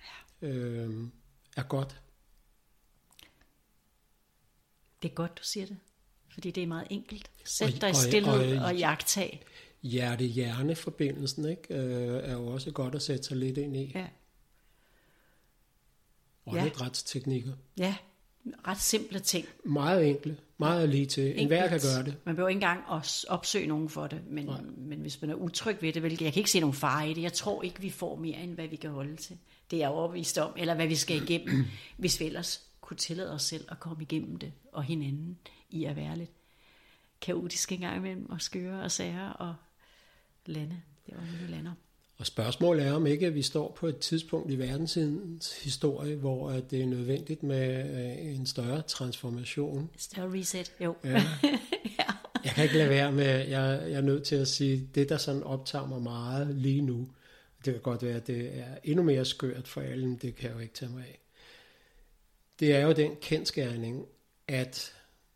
er godt. Det er godt, du siger det, fordi det er meget enkelt. Sæt dig i stillhed og iagttag. Hjerte-hjerne-forbindelsen, ikke? Er jo også godt at sætte sig lidt ind i. Ja. Åndedrætsteknikker. Ja, ret simple ting. Meget enkle, meget lige til. Enhver kan gøre det. Man behøver ikke engang at opsøge nogen for det, men hvis man er utryg ved det, jeg kan ikke se nogen fare i det. Jeg tror ikke, vi får mere, end hvad vi kan holde til. Det er jeg overbevist om, eller hvad vi skal igennem, hvis vi ellers kunne tillade os selv at komme igennem det, og hinanden i at være lidt kaotisk en gang imellem, og skøre og sære og lande. Det var vi lander. Og spørgsmålet er, om ikke vi står på et tidspunkt i verdens historie, hvor det er nødvendigt med en større transformation. Større reset, jo. Ja. Ja. Jeg kan ikke lade være med, jeg er nødt til at sige, det der sådan optager mig meget lige nu, det kan godt være, at det er endnu mere skørt for alle, men det kan jeg jo ikke tage mig af. Det er jo den kendsgerning, at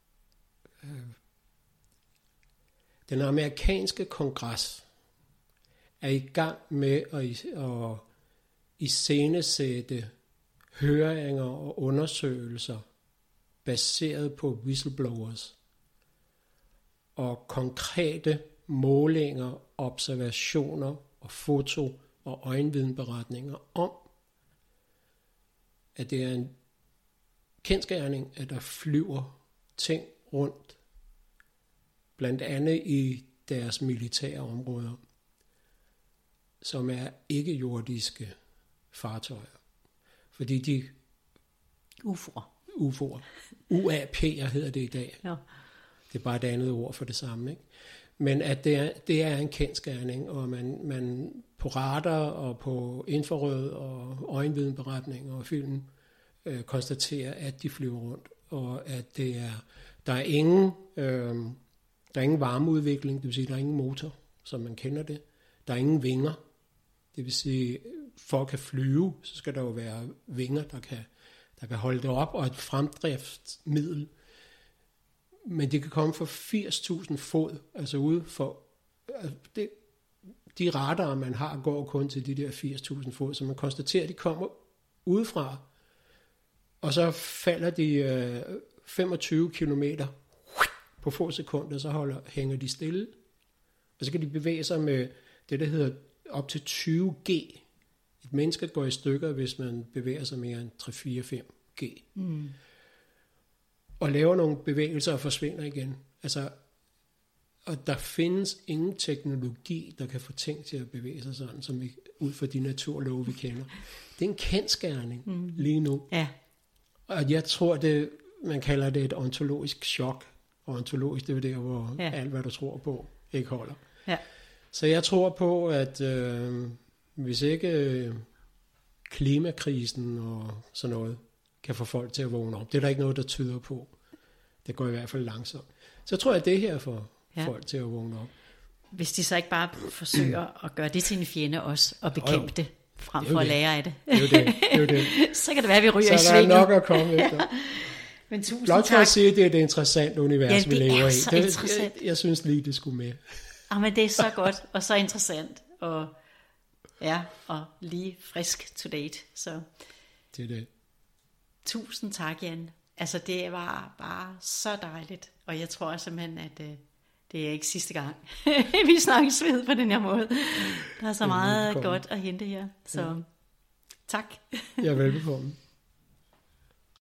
den amerikanske kongres er i gang med at iscenesætte høringer og undersøgelser baseret på whistleblowers og konkrete målinger, observationer og foto og øjenvidenberetninger om, at det er en kendsgerning, at der flyver ting rundt, blandt andet i deres militære områder, som er ikke-jordiske fartøjer. Fordi de UFO'er. UAP'er hedder det i dag. Ja. Det er bare et andet ord for det samme, ikke? Men at det er en kendsgerning, og man på radar og på infrarød og øjenvidenberetninger og film konstaterer, at de flyver rundt, og at der er ingen varmeudvikling, det vil sige, der er ingen motor, som man kender det. Der er ingen vinger, det vil sige, for at kan flyve, så skal der jo være vinger, der kan holde det op, og et fremdriftsmiddel. Men det kan komme for 80.000 fod, altså ude for, de radarer, man har, går kun til de der 80.000 fod, så man konstaterer, at de kommer udefra, og så falder de 25 kilometer på få sekunder, så hænger de stille, og så kan de bevæge sig med det, der hedder op til 20G. Et menneske går i stykker, hvis man bevæger sig mere end 3-4-5G. Og laver nogle bevægelser og forsvinder igen. Altså, og der findes ingen teknologi, der kan få ting til at bevæge sig sådan, som vi, ud fra de naturlove, vi kender. Det er en kendsgerning lige nu. Ja. Og jeg tror, man kalder det et ontologisk chok. Og ontologisk, det er der, hvor alt, hvad du tror på, ikke holder. Ja. Så jeg tror på, at hvis ikke klimakrisen og sådan noget kan få folk til at vågne op, det er der ikke noget, der tyder på. Det går i hvert fald langsomt. Så tror jeg, at det her får folk til at vågne op. Hvis de så ikke bare forsøger at gøre det til en fjende også, og bekæmpe det, frem for at lære af det. Det er jo det. Så kan det være, at vi ryger i svinget. Så der er nok at komme efter. Men tusind blot for at sige, at det er et interessant univers, vi lever i. Jeg synes lige, det skulle med. Men det er så godt, og så interessant, og lige frisk to date. Så. Det er det. Tusind tak, Jan. Altså, det var bare så dejligt, og jeg tror simpelthen, at det er ikke sidste gang, vi snakkes ved på den her måde. Der er så meget godt at hente her, så tak. Jeg er velbekomme.